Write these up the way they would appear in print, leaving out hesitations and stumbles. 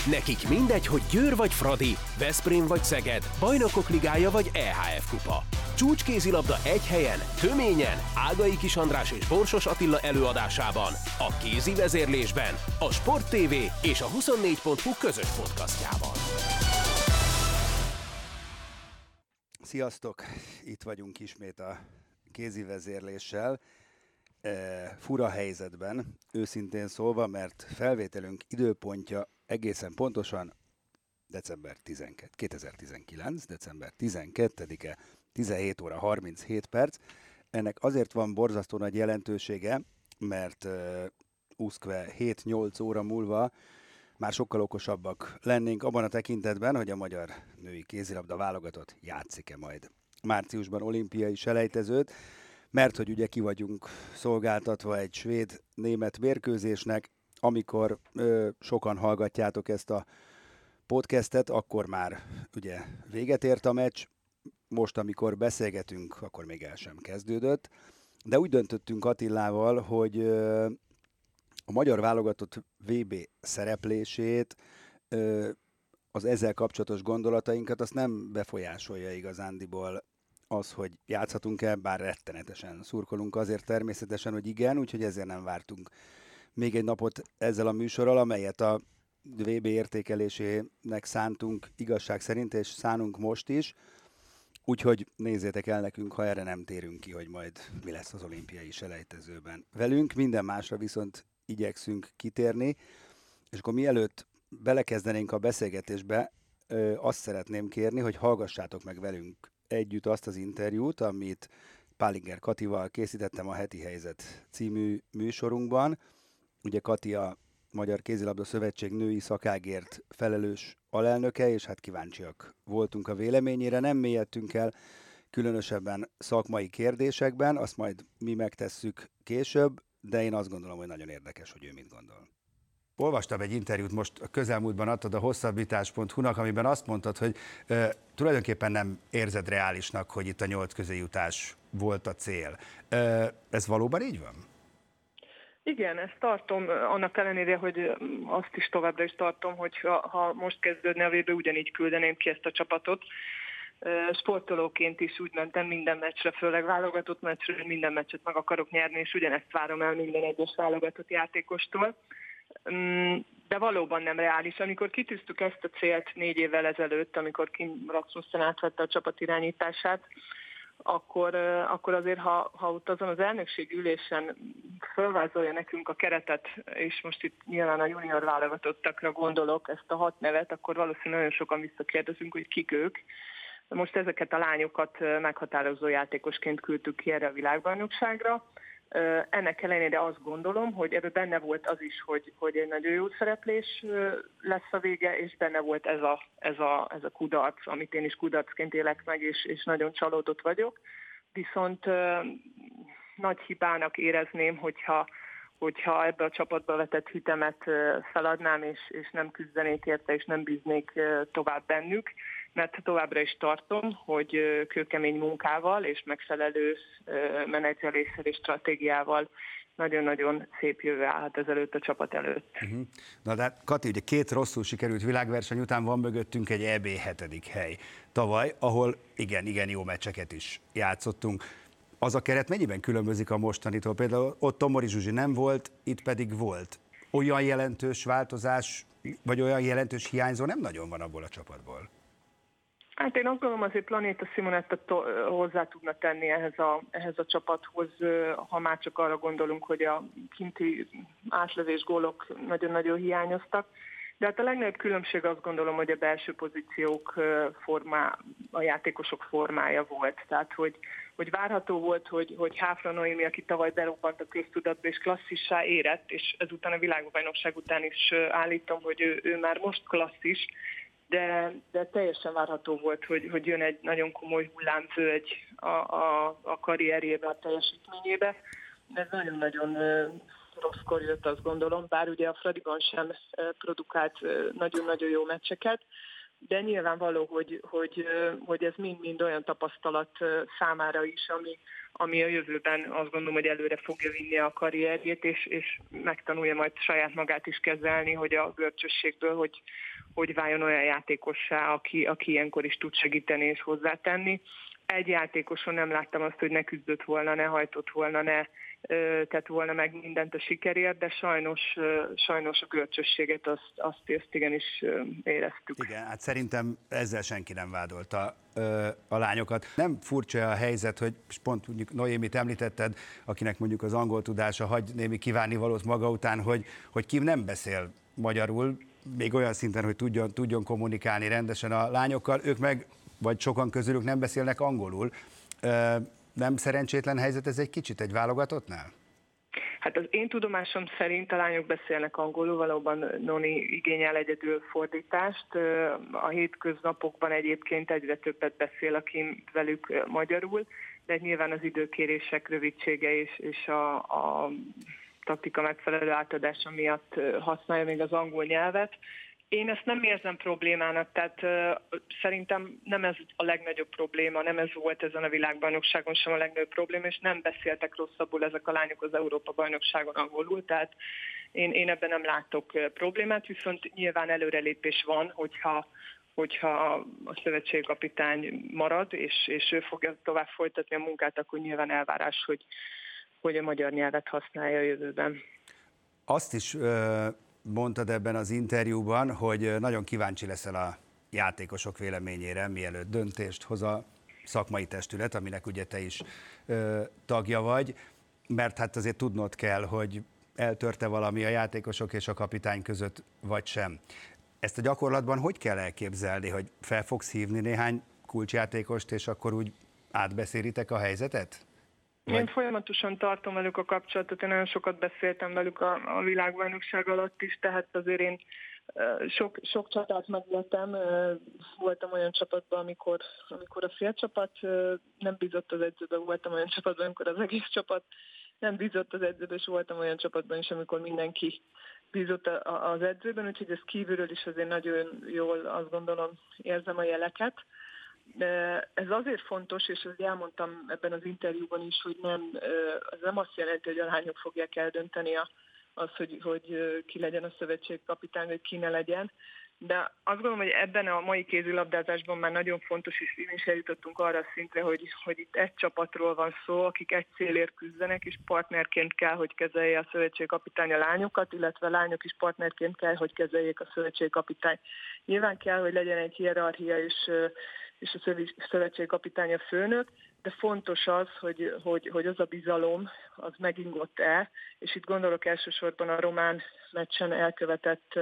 Nekik mindegy, hogy Győr vagy Fradi, Veszprém vagy Szeged, Bajnokok Ligája vagy EHF Kupa. Csúcskézilabda egy helyen, töményen, Ágai Kis András és Borsos Attila előadásában, a kézi vezérlésben, a Sport TV és a 24.hu közös podcastjában. Sziasztok! Itt vagyunk ismét a kézi vezérléssel. Fura helyzetben, őszintén szólva, mert felvételünk időpontja egészen pontosan december 2019, december 12-e, 17 óra 37 perc. Ennek azért van borzasztó nagy jelentősége, mert úszkve 7-8 óra múlva már sokkal okosabbak lennénk abban a tekintetben, hogy a magyar női kézilabda válogatott játszik-e majd márciusban olimpiai selejtezőt, mert hogy ugye ki vagyunk szolgáltatva egy svéd-német mérkőzésnek, amikor sokan hallgatjátok ezt a podcastet, akkor már ugye véget ért a meccs, most amikor beszélgetünk, akkor még el sem kezdődött, de úgy döntöttünk Attilával, hogy a magyar válogatott VB szereplését, az ezzel kapcsolatos gondolatainkat, azt nem befolyásolja igazándiból az, hogy játszhatunk-e, bár rettenetesen szurkolunk azért természetesen, hogy igen, úgyhogy ezért nem vártunk még egy napot ezzel a műsorral, amelyet a VB értékelésének szántunk igazság szerint, és szánunk most is. Úgyhogy nézzétek el nekünk, ha erre nem térünk ki, hogy majd mi lesz az olimpiai selejtezőben velünk. Minden másra viszont igyekszünk kitérni, és akkor mielőtt belekezdenénk a beszélgetésbe, azt szeretném kérni, hogy hallgassátok meg velünk együtt azt az interjút, amit Pálinger Katival készítettem a Heti Helyzet című műsorunkban. Ugye Kati a Magyar Kézilabda Szövetség női szakágért felelős alelnöke, és hát kíváncsiak voltunk a véleményére, nem mélyedtünk el különösebben szakmai kérdésekben, azt majd mi megtesszük később, de én azt gondolom, hogy nagyon érdekes, hogy ő mit gondol. Olvastam egy interjút, most a közelmúltban adtad a hosszabbítás.hu-nak, amiben azt mondtad, hogy tulajdonképpen nem érzed reálisnak, hogy itt a 8 közé jutás volt a cél. Ez valóban így van? Igen, ezt tartom, annak ellenére, hogy azt is továbbra is tartom, hogy ha most kezdődne a VB, ugyanígy küldeném ki ezt a csapatot. Sportolóként is úgy mentem minden meccsre, főleg válogatott meccsre, hogy minden meccset meg akarok nyerni, és ugyanezt várom el minden egyes válogatott játékostól. De valóban nem reális. Amikor kitűztük ezt a célt 4 évvel ezelőtt, amikor Kim Rasmussen átvette a csapat irányítását, akkor azért, ha ott azon az elnökség ülésen felvázolja nekünk a keretet, és most itt nyilván a junior válogatottakra gondolok, ezt a 6 nevet, akkor valószínűleg nagyon sokan visszakérdezünk, hogy kik ők. Most ezeket a lányokat meghatározó játékosként küldtük ki erre a világbajnokságra. Ennek ellenére azt gondolom, hogy ebben benne volt az is, hogy egy nagyon jó szereplés lesz a vége, és benne volt ez a kudarc, amit én is kudarcként élek meg, és nagyon csalódott vagyok. Viszont nagy hibának érezném, hogyha ebbe a csapatba vetett hitemet feladnám, és nem küzdenék érte, és nem bíznék tovább bennük, mert továbbra is tartom, hogy kőkemény munkával és megfelelő menedzseléssel és stratégiával nagyon-nagyon szép jövő állhat ezelőtt a csapat előtt. Na de hát, Kati, ugye 2 rosszul sikerült világverseny után van mögöttünk egy EB 7. hely tavaly, ahol igen jó meccseket is játszottunk. Az a keret mennyiben különbözik a mostanitól? Például ott Tomori Zsuzsi nem volt, itt pedig volt. Olyan jelentős változás, vagy olyan jelentős hiányzó nem nagyon van abból a csapatból. Hát én azt gondolom, azért Planéta Simonetta hozzá tudna tenni ehhez a csapathoz, ha már csak arra gondolunk, hogy a kinti átlövés gólok nagyon-nagyon hiányoztak. De hát a legnagyobb különbség azt gondolom, hogy a belső pozíciók a játékosok formája volt. Tehát, hogy várható volt, hogy Háfra Noémi, aki tavaly berobbant a köztudatba és klasszissá érett, és ezután a világbajnokság után is állítom, hogy ő már most klasszis, de teljesen várható volt, hogy jön egy nagyon komoly hullámző a karrierjébe, a teljesítményébe. Ez nagyon-nagyon rosszkor jött, azt gondolom, bár ugye a Fradiban sem produkált nagyon-nagyon jó meccseket, de nyilvánvaló, hogy ez mind-mind olyan tapasztalat számára is, ami a jövőben azt gondolom, hogy előre fogja vinni a karrierjét, és megtanulja majd saját magát is kezelni, hogy a görcsösségből, hogy váljon olyan játékossá, aki ilyenkor is tud segíteni és hozzátenni. Egy játékoson nem láttam azt, hogy ne küzdött volna, ne hajtott volna, ne tett volna meg mindent a sikerért, de sajnos a görcsösséget azt igenis éreztük. Igen, hát szerintem ezzel senki nem vádolta a lányokat. Nem furcsa a helyzet, hogy pont mondjuk Noémit említetted, akinek mondjuk az angol tudása hagy némi kívánnivalót maga után, hogy Kim nem beszél magyarul, még olyan szinten, hogy tudjon kommunikálni rendesen a lányokkal, ők meg, vagy sokan közülük nem beszélnek angolul. Nem szerencsétlen helyzet ez egy kicsit egy válogatottnál? Hát az én tudomásom szerint a lányok beszélnek angolul, valóban Noni igényel egyedül fordítást. A hétköznapokban egyébként egyre többet beszél, aki velük magyarul, de nyilván az időkérések rövidsége és a taktika megfelelő átadása miatt használja még az angol nyelvet. Én ezt nem érzem problémának, tehát szerintem nem ez a legnagyobb probléma, nem ez volt ezen a világbajnokságon sem a legnagyobb probléma, és nem beszéltek rosszabbul ezek a lányok az Európa-bajnokságon angolul, tehát én ebben nem látok problémát, viszont nyilván előrelépés van, hogyha a szövetségkapitány marad, és ő fogja tovább folytatni a munkát, akkor nyilván elvárás, hogy a magyar nyelvet használja a jövőben. Azt is mondtad ebben az interjúban, hogy nagyon kíváncsi leszel a játékosok véleményére, mielőtt döntést hoz a szakmai testület, aminek ugye te is tagja vagy, mert hát azért tudnod kell, hogy eltörte valami a játékosok és a kapitány között, vagy sem. Ezt a gyakorlatban hogy kell elképzelni, hogy fel fogsz hívni néhány kulcsjátékost, és akkor úgy átbeszélitek a helyzetet? Én folyamatosan tartom velük a kapcsolatot, én nagyon sokat beszéltem velük a világbajnokság alatt is, tehát azért én sok csatát megéltem. Voltam olyan csapatban, amikor a félcsapat nem bízott az edzőben, voltam olyan csapatban, amikor az egész csapat nem bízott az edzőben, és voltam olyan csapatban is, amikor mindenki bízott az edzőben, úgyhogy ez kívülről is azért nagyon jól, azt gondolom, érzem a jeleket. De ez azért fontos, és ezt elmondtam ebben az interjúban is, hogy ez nem azt jelenti, hogy a lányok fogják eldönteni azt, hogy ki legyen a szövetségkapitány, vagy ki ne legyen. De azt gondolom, hogy ebben a mai kézilabdázásban már nagyon fontos, és mi is eljutottunk arra a szintre, hogy itt egy csapatról van szó, akik egy célért küzdenek, és partnerként kell, hogy kezelje a szövetségkapitány a lányokat, illetve lányok is partnerként kell, hogy kezeljék a szövetségkapitány. Nyilván kell, hogy legyen egy hierarchia, és a szövetségkapitány a főnök, de fontos az, hogy az a bizalom, az megingott-e, és itt gondolok elsősorban a román meccsen elkövetett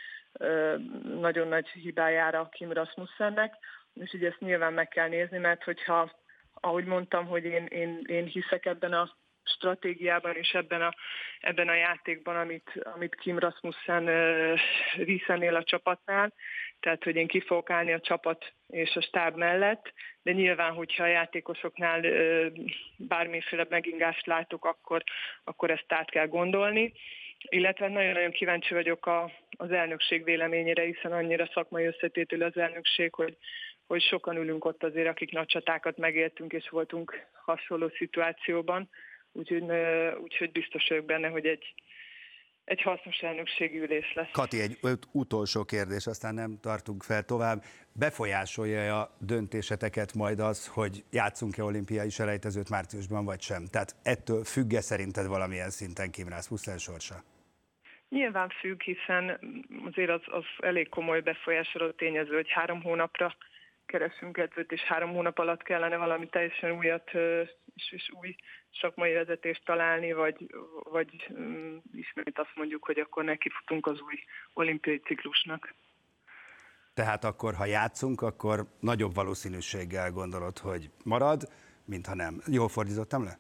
nagyon nagy hibájára Kim Rasmussennek, és így ezt nyilván meg kell nézni, mert hogyha, ahogy mondtam, hogy én hiszek ebben a stratégiában és ebben a játékban, amit Kim Rasmussen viszenél a csapatnál, tehát, hogy én ki fogok állni a csapat és a stáb mellett, de nyilván, hogyha a játékosoknál bármiféle megingást látok, akkor ezt át kell gondolni. Illetve nagyon-nagyon kíváncsi vagyok az elnökség véleményére, hiszen annyira szakmai összetételű az elnökség, hogy sokan ülünk ott azért, akik nagy csatákat megéltünk, és voltunk hasonló szituációban. Úgyhogy biztos vagyok benne, hogy egy hasznos elnökségi ülés lesz. Kati, egy utolsó kérdés, aztán nem tartunk fel tovább. Befolyásolja a döntéseteket majd az, hogy játszunk-e olimpiai selejtezőt márciusban, vagy sem? Tehát ettől függ-e szerinted valamilyen szinten Kim Rasmussen sorsa? Nyilván függ, hiszen azért az elég komoly befolyásoló tényező, hogy 3 hónapra keresünk edzőt, és 3 hónap alatt kellene valami teljesen újat és új szakmai vezetést találni, vagy ismét azt mondjuk, hogy akkor nekifutunk az új olimpiai ciklusnak. Tehát akkor, ha játszunk, akkor nagyobb valószínűséggel gondolod, hogy marad, mintha nem. Jól fordítottam le?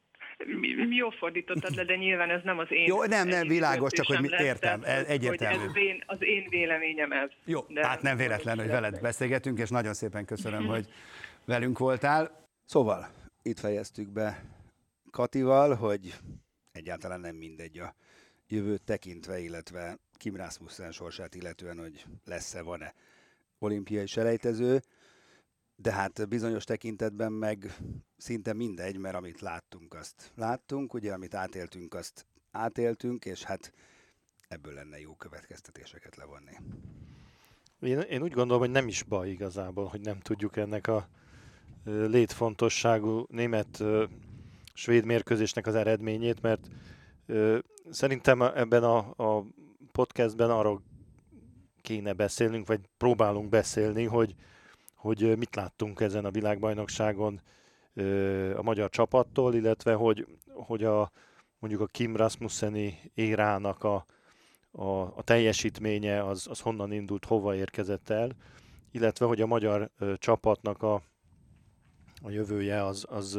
Jól fordítottad le, de nyilván ez nem az én... Jó, nem, világos, csak hogy értem, egyértelmű. Hogy az én véleményem ez. Jó, hát nem véletlen, hogy veled beszélgetünk, és nagyon szépen köszönöm, hogy velünk voltál. Szóval, itt fejeztük be Katival, hogy egyáltalán nem mindegy a jövőt tekintve, illetve Kim Rasmussen sorsát illetően, hogy lesz-e, van-e olimpiai selejtező, de hát bizonyos tekintetben meg szinte mindegy, mert amit láttunk, azt láttunk, ugye, amit átéltünk, azt átéltünk, és hát ebből lenne jó következtetéseket levonni. Én úgy gondolom, hogy nem is baj igazából, hogy nem tudjuk ennek a létfontosságú német-svéd mérkőzésnek az eredményét, mert szerintem ebben a podcastben arról kéne beszélnünk, vagy próbálunk beszélni, hogy mit láttunk ezen a világbajnokságon a magyar csapattól, illetve hogy mondjuk a Kim Rasmusseni érának a teljesítménye az honnan indult, hova érkezett el, illetve hogy a magyar csapatnak a jövője az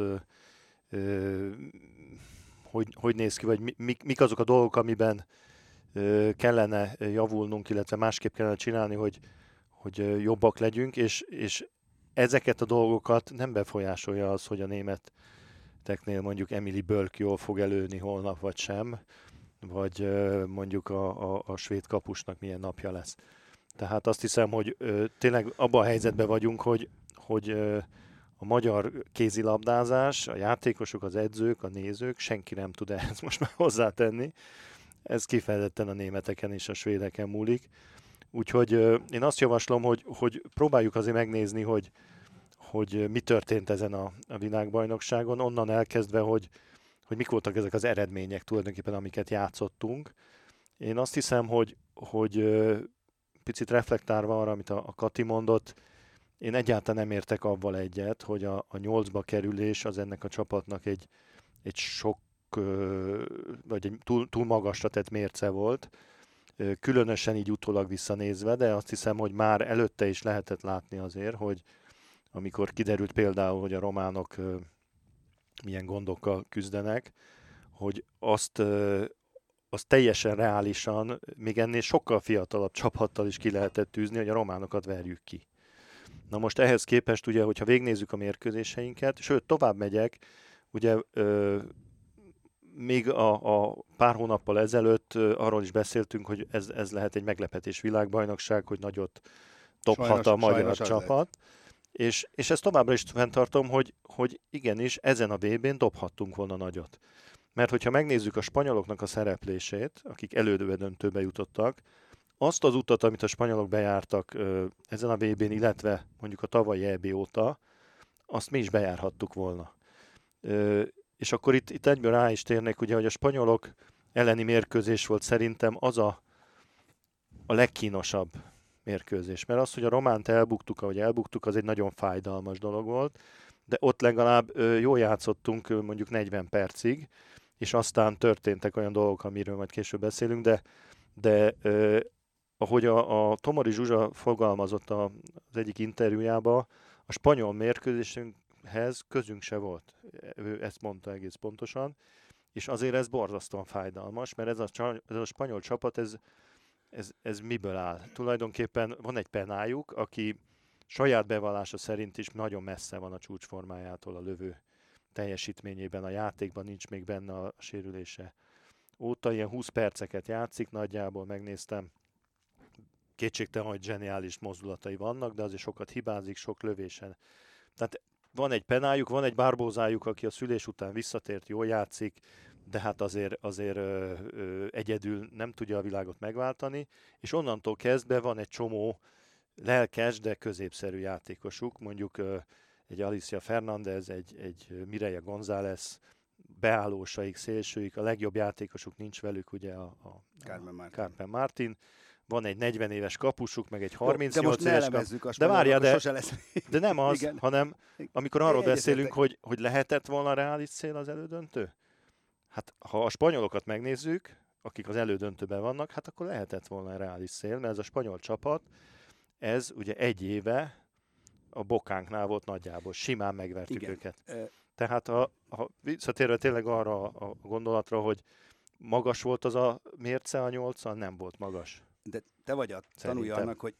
hogy néz ki, vagy mik azok a dolgok, amiben kellene javulnunk, illetve másképp kellene csinálni, hogy jobbak legyünk, és ezeket a dolgokat nem befolyásolja az, hogy a németeknél mondjuk Emily Bölk jól fog előni holnap, vagy sem, vagy mondjuk a svéd kapusnak milyen napja lesz. Tehát azt hiszem, hogy tényleg abban a helyzetben vagyunk, hogy a magyar kézilabdázás, a játékosok, az edzők, a nézők, senki nem tud ehhez most már hozzátenni. Ez kifejezetten a németeken és a svédeken múlik. Úgyhogy én azt javaslom, hogy próbáljuk azért megnézni, hogy mi történt ezen a világbajnokságon, onnan elkezdve, hogy mik voltak ezek az eredmények tulajdonképpen, amiket játszottunk. Én azt hiszem, hogy picit reflektálva arra, amit a Kati mondott, én egyáltalán nem értek avval egyet, hogy a 8-ba kerülés az ennek a csapatnak egy sok, vagy egy túl magasra tett mérce volt. Különösen így utólag visszanézve, de azt hiszem, hogy már előtte is lehetett látni azért, hogy amikor kiderült például, hogy a románok milyen gondokkal küzdenek, hogy azt teljesen reálisan, még ennél sokkal fiatalabb csapattal is ki lehetett tűzni, hogy a románokat verjük ki. Na most ehhez képest, ugye, hogyha végignézzük a mérkőzéseinket, sőt, tovább megyek, ugye még a pár hónappal ezelőtt arról is beszéltünk, hogy ez lehet egy meglepetés világbajnokság, hogy nagyot dobhat a magyar csapat. És ezt továbbra is fenntartom, hogy igenis ezen a VB-n dobhattunk volna nagyot. Mert hogyha megnézzük a spanyoloknak a szereplését, akik elődőbe döntőbe jutottak, azt az utat, amit a spanyolok bejártak ezen a VB-n, illetve mondjuk a tavalyi EB óta, azt mi is bejárhattuk volna. És akkor itt egyből rá is térnek, ugye, hogy a spanyolok elleni mérkőzés volt szerintem az a legkínosabb mérkőzés. Mert az, hogy a románt elbuktuk, ahogy elbuktuk, az egy nagyon fájdalmas dolog volt, de ott legalább jól játszottunk mondjuk 40 percig, és aztán történtek olyan dolgok, amiről majd később beszélünk, de ahogy a Tomori Zsuzsa fogalmazott az egyik interjújában, a spanyol mérkőzésünkhez közünk se volt. Ő ezt mondta egész pontosan, és azért ez borzasztóan fájdalmas, mert ez a spanyol csapat, ez miből áll? Tulajdonképpen van egy penájuk, aki saját bevallása szerint is nagyon messze van a csúcsformájától a lövő teljesítményében, a játékban nincs még benne a sérülése óta, ilyen 20 perceket játszik, nagyjából megnéztem, kétségtelen, hogy zseniális mozdulatai vannak, de azért sokat hibázik, sok lövésen. Tehát van egy penájuk, van egy bárbózájuk, aki a szülés után visszatért, jól játszik, de hát azért egyedül nem tudja a világot megváltani, és onnantól kezdve van egy csomó lelkes, de középszerű játékosuk, mondjuk egy Alicia Fernández, egy Mireia González, beállósaik, szélsőik, a legjobb játékosuk nincs velük, ugye a Carmen Martin. Van egy 40 éves kapusuk, meg egy 38 éves kapusuk. De várjál, de nem az, igen, hanem amikor arról beszélünk, hogy lehetett volna reális cél az elődöntő? Hát ha a spanyolokat megnézzük, akik az elődöntőben vannak, hát akkor lehetett volna reális cél, mert ez a spanyol csapat, ez ugye egy éve a bokánknál volt nagyjából, simán megvertük igen. őket. Tehát ha visszatérve tényleg arra a gondolatra, hogy magas volt az a mérce a 8-al, nem volt magas. De te vagy a tanulja annak, hogy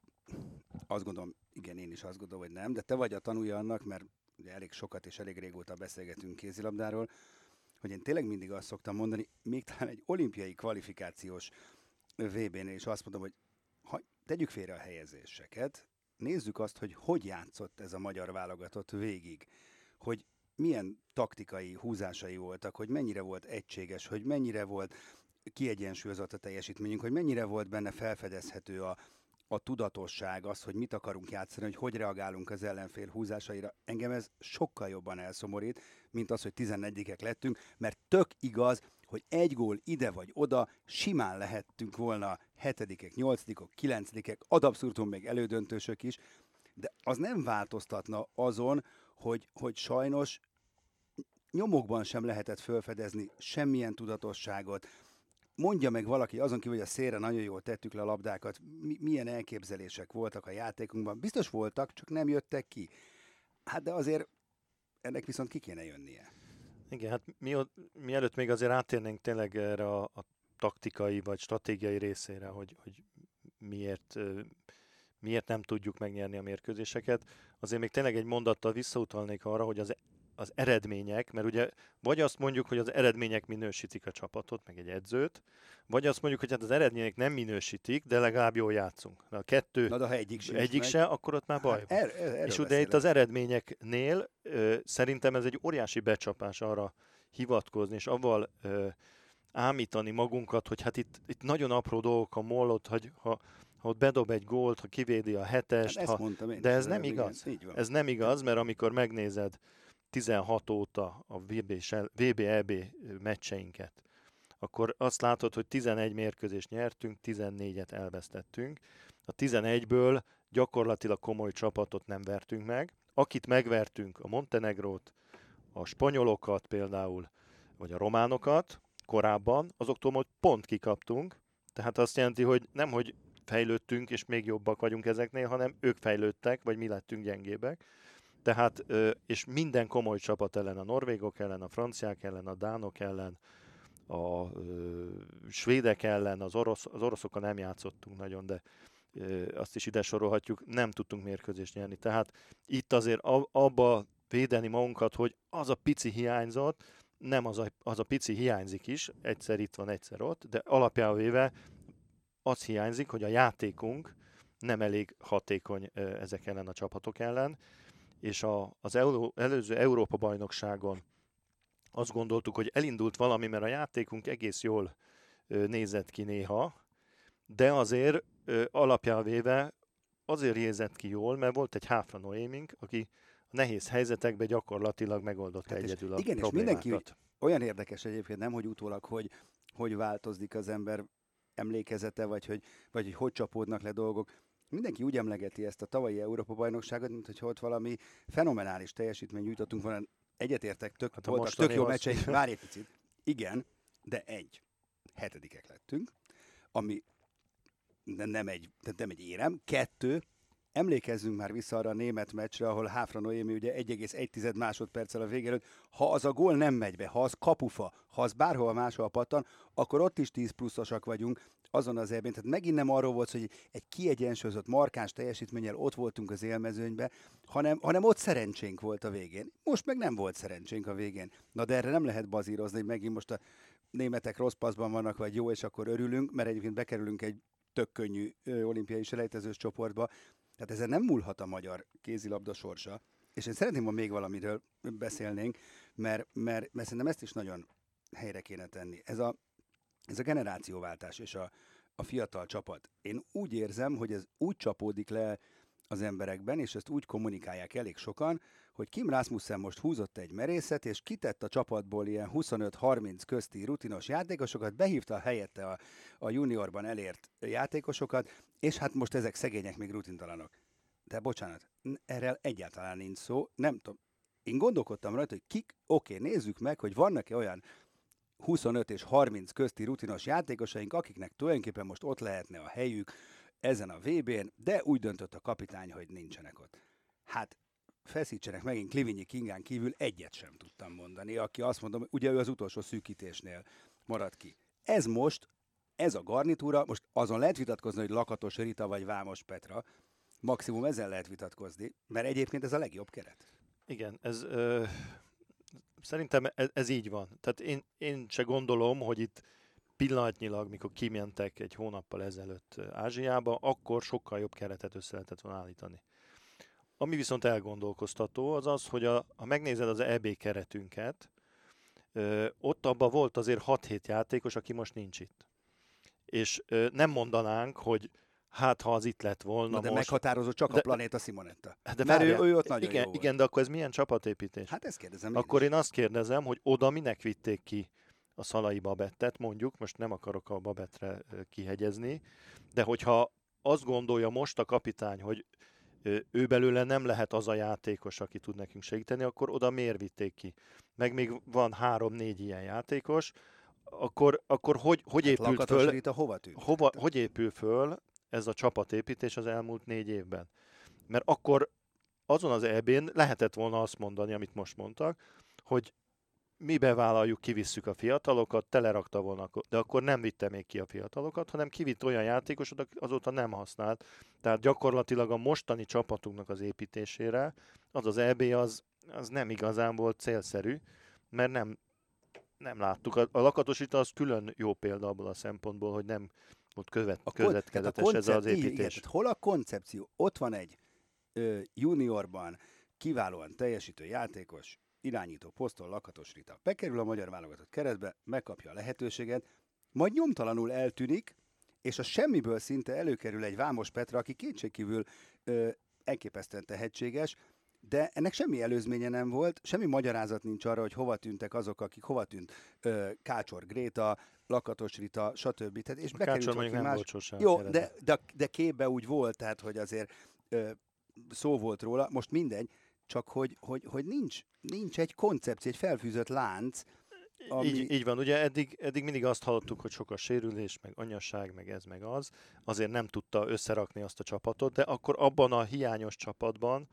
azt gondolom, igen, én is azt gondolom, hogy nem, de te vagy a tanulja annak, mert ugye elég sokat és elég régóta beszélgetünk kézilabdáról, hogy én tényleg mindig azt szoktam mondani, még talán egy olimpiai kvalifikációs VB-nél is azt mondom, hogy ha tegyük félre a helyezéseket, nézzük azt, hogy játszott ez a magyar válogatott végig, hogy milyen taktikai húzásai voltak, hogy mennyire volt egységes, hogy mennyire volt kiegyensúlyozott a teljesítményünk, hogy mennyire volt benne felfedezhető a tudatosság, az, hogy mit akarunk játszani, hogy reagálunk az ellenfél húzásaira. Engem ez sokkal jobban elszomorít, mint az, hogy 14-ek lettünk, mert tök igaz, hogy egy gól ide vagy oda simán lehettünk volna 7-ek, 8-ok, 9-ek, ad abszurdum még elődöntősök is, de az nem változtatna azon, hogy sajnos nyomokban sem lehetett felfedezni semmilyen tudatosságot. Mondja meg valaki, azon kívül, hogy a szélre nagyon jól tettük le a labdákat, milyen elképzelések voltak a játékunkban. Biztos voltak, csak nem jöttek ki. Hát de azért ennek viszont ki kéne jönnie. Igen, hát mielőtt még azért átérnénk tényleg erre a taktikai vagy stratégiai részére, hogy miért nem tudjuk megnyerni a mérkőzéseket, azért még tényleg egy mondattal visszautalnék arra, hogy az eredmények, mert ugye vagy azt mondjuk, hogy az eredmények minősítik a csapatot, meg egy edzőt, vagy azt mondjuk, hogy hát az eredmények nem minősítik, de legalább jól játszunk. Na, a kettő, na, de ha egyik se, akkor ott már baj van. És ugye itt az eredményeknél szerintem ez egy óriási becsapás arra hivatkozni, és avval ámítani magunkat, hogy hát itt nagyon apró dolgok a mollot, hogy ha ott bedob egy gólt, ha kivédi a hetest, de ez nem igaz. Ez nem igaz, mert amikor megnézed 16 óta a VB-EB meccseinket, akkor azt látod, hogy 11 mérkőzést nyertünk, 14-et elvesztettünk. A 11-ből gyakorlatilag komoly csapatot nem vertünk meg. Akit megvertünk, a Montenegrót, a spanyolokat például, vagy a románokat korábban, azoktól majd pont kikaptunk. Tehát azt jelenti, hogy nem, hogy fejlődtünk, és még jobbak vagyunk ezeknél, hanem ők fejlődtek, vagy mi lettünk gyengébbek. Tehát, és minden komoly csapat ellen, a norvégok ellen, a franciák ellen, a dánok ellen, a svédek ellen, az oroszokkal nem játszottunk nagyon, de azt is ide sorolhatjuk, nem tudtunk mérkőzést nyerni. Tehát itt azért abba védeni magunkat, hogy az a pici hiányzott, nem az a pici hiányzik is, egyszer itt van, egyszer ott, de alapjában véve az hiányzik, hogy a játékunk nem elég hatékony ezek ellen a csapatok ellen, és az előző Európa-bajnokságon azt gondoltuk, hogy elindult valami, mert a játékunk egész jól nézett ki néha, de azért alapjában véve azért nézett ki jól, mert volt egy Háfra Noémink, aki a nehéz helyzetekben gyakorlatilag megoldotta egyedül a igen, problémákat. És mindenki olyan érdekes egyébként, nem, hogy utólag, hogy változik az ember emlékezete, vagy hogy csapódnak le dolgok. Mindenki úgy emlegeti ezt a tavalyi Európa-bajnokságot, mint hogyha ott valami fenomenális teljesítmény nyújtottunk volna. Egyetértek, voltak tök jó meccseink, várj egy picit. Igen, de 7-ek lettünk, ami nem egy érem. 2, emlékezzünk már vissza arra a német meccsre, ahol Háfra Noémi ugye 1,1 másodperccel a végén, ha az a gól nem megy be, ha az kapufa, ha az bárhol máshol pattan, akkor ott is 10 pluszosak vagyunk azon az EB-n. Tehát megint nem arról volt, hogy egy kiegyensúlyozott, markáns teljesítménnyel ott voltunk az élmezőnyben, hanem ott szerencsénk volt a végén. Most meg nem volt szerencsénk a végén. Na de erre nem lehet bazírozni, hogy megint most a németek rossz passzban vannak, vagy jó, és akkor örülünk, mert egyébként bekerülünk egy tök könnyű olimpiai selejtezős csoportba. Tehát ezen nem múlhat a magyar kézilabda sorsa. És én szeretném, hogy még valamiről beszélnénk, mert szerintem ezt is nagyon helyre kéne tenni. Ez a generációváltás és a fiatal csapat. Én úgy érzem, hogy ez úgy csapódik le az emberekben, és ezt úgy kommunikálják elég sokan, hogy Kim Rasmussen most húzott egy merészet, és kitett a csapatból ilyen 25-30 közti rutinos játékosokat, behívta helyette a juniorban elért játékosokat, és hát most ezek szegények még rutintalanok. De bocsánat, erről egyáltalán nincs szó, nem tudom. Én gondolkodtam rajta, hogy kik, nézzük meg, hogy vannak-e olyan 25 és 30 közti rutinos játékosaink, akiknek tulajdonképpen most ott lehetne a helyük ezen a VB-n, de úgy döntött a kapitány, hogy nincsenek ott. Hát feszítsenek megint, Klivinyi Kingán kívül egyet sem tudtam mondani, aki azt mondom, ugye ő az utolsó szűkítésnél maradt ki. Ez a garnitúra, most azon lehet vitatkozni, hogy Lakatos Rita vagy Vámos Petra, maximum ezzel lehet vitatkozni, mert egyébként ez a legjobb keret. Igen, szerintem ez így van. Tehát én se gondolom, hogy itt pillanatnyilag, mikor kimentek egy hónappal ezelőtt Ázsiába, akkor sokkal jobb keretet össze lehetett volna állítani. Ami viszont elgondolkoztató, az az, hogy ha megnézed az EB keretünket, ott abban volt azért 6-7 játékos, aki most nincs itt. És nem mondanánk, hogy hát ha az itt lett volna de most... meghatározó csak a Planéta Simonetta. De mert ő ott nagyon igen, jó volt. igen, de akkor ez milyen csapatépítés? Hát ezt kérdezem Akkor én azt kérdezem, hogy oda minek vitték ki a Szalai Babettet, mondjuk, most nem akarok a Babettre kihegyezni, de hogyha azt gondolja most a kapitány, hogy ő belőle nem lehet az a játékos, aki tud nekünk segíteni, akkor oda miért vitték ki? Meg még van 3-4 ilyen játékos, akkor hogy épült föl? Rita hova tűnt? Hogy épül föl ez a csapatépítés az elmúlt 4 évben? Mert akkor azon az EB-n lehetett volna azt mondani, amit most mondtak, hogy mi bevállaljuk, kivisszük a fiatalokat, telerakta volna, de akkor nem vitte még ki a fiatalokat, hanem kivitt olyan játékosokat, azóta nem használt. Tehát gyakorlatilag a mostani csapatunknak az építésére az EB az nem igazán volt célszerű, mert nem láttuk. A Lakatos Rita az külön jó példa abból a szempontból, hogy nem volt következetes ez az építés. Igen, hol a koncepció? Ott van egy juniorban kiválóan teljesítő játékos, irányító poszton Lakatos Rita. Bekerül a magyar válogatott keretbe, megkapja a lehetőséget, majd nyomtalanul eltűnik, és a semmiből szinte előkerül egy Vámos Petra, aki kétségkívül elképesztően tehetséges, de ennek semmi előzménye nem volt, semmi magyarázat nincs arra, hogy hova tűntek azok, akik hova tűnt Kácsor Gréta, Lakatos Rita, stb. Tehát, és Kácsor mondjuk nem volt sosem. Jó, de képbe úgy volt, tehát hogy azért szó volt róla, most mindegy, csak hogy nincs egy koncepció, egy felfűzött lánc. Ami... Így van, ugye eddig mindig azt hallottuk, hogy sok a sérülés, meg anyasság, meg ez, meg az. Azért nem tudta összerakni azt a csapatot, de akkor abban a hiányos csapatban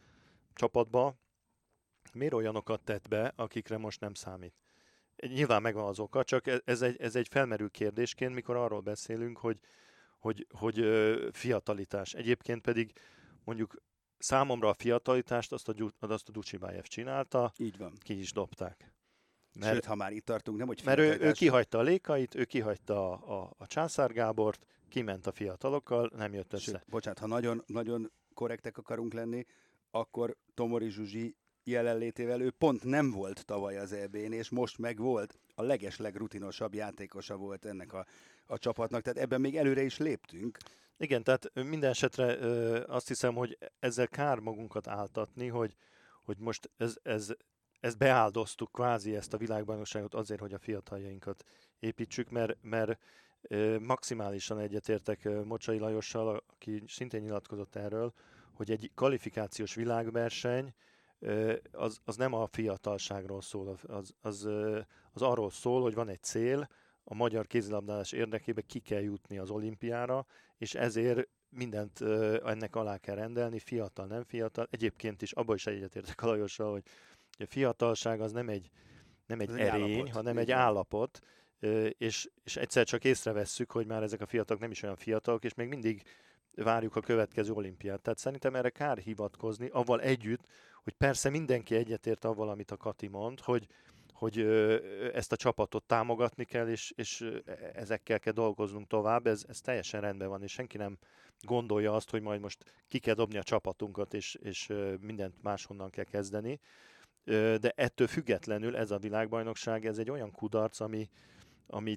miért olyanokat tett be, akikre most nem számít? Nyilván megvan az oka, csak ez egy felmerül kérdésként, mikor arról beszélünk, hogy fiatalitás. Egyébként pedig mondjuk számomra a fiatalitást azt a Ducsibájev csinálta, így van. Ki is dobták. Sőt, ha már itt tartunk, nem hogy mert ő kihagyta a Lékait, ő kihagyta a Császár Gábort, kiment a fiatalokkal, nem jött össze. Sőt, bocsánat, ha nagyon, nagyon korrektek akarunk lenni, akkor Tomori Zsuzsi jelenlétével ő pont nem volt tavaly az EB-n, és most meg volt. A legrutinosabb játékosa volt ennek a csapatnak, tehát ebben még előre is léptünk. Igen, tehát minden esetre azt hiszem, hogy ezzel kár magunkat áltatni, hogy most ezt beáldoztuk kvázi ezt a világbajnokságot azért, hogy a fiataljainkat építsük, mert maximálisan egyetértek Mocsai Lajossal, aki szintén nyilatkozott erről, hogy egy kvalifikációs világverseny az nem a fiatalságról szól, az arról szól, hogy van egy cél, a magyar kézilabdázás érdekében ki kell jutni az olimpiára, és ezért mindent ennek alá kell rendelni, fiatal, nem fiatal. Egyébként is abban is egyetértek a Lajossal, hogy a fiatalság az nem egy erény, állapot, hanem egy állapot, és egyszer csak észrevesszük, hogy már ezek a fiatalok nem is olyan fiatalok, és még mindig várjuk a következő olimpiát. Tehát szerintem erre kár hivatkozni, avval együtt, hogy persze mindenki egyetért avval, amit a Kati mond, hogy ezt a csapatot támogatni kell, és ezekkel kell dolgoznunk tovább, ez teljesen rendben van, és senki nem gondolja azt, hogy majd most ki kell dobni a csapatunkat, és mindent máshonnan kell kezdeni. De ettől függetlenül ez a világbajnokság, ez egy olyan kudarc, ami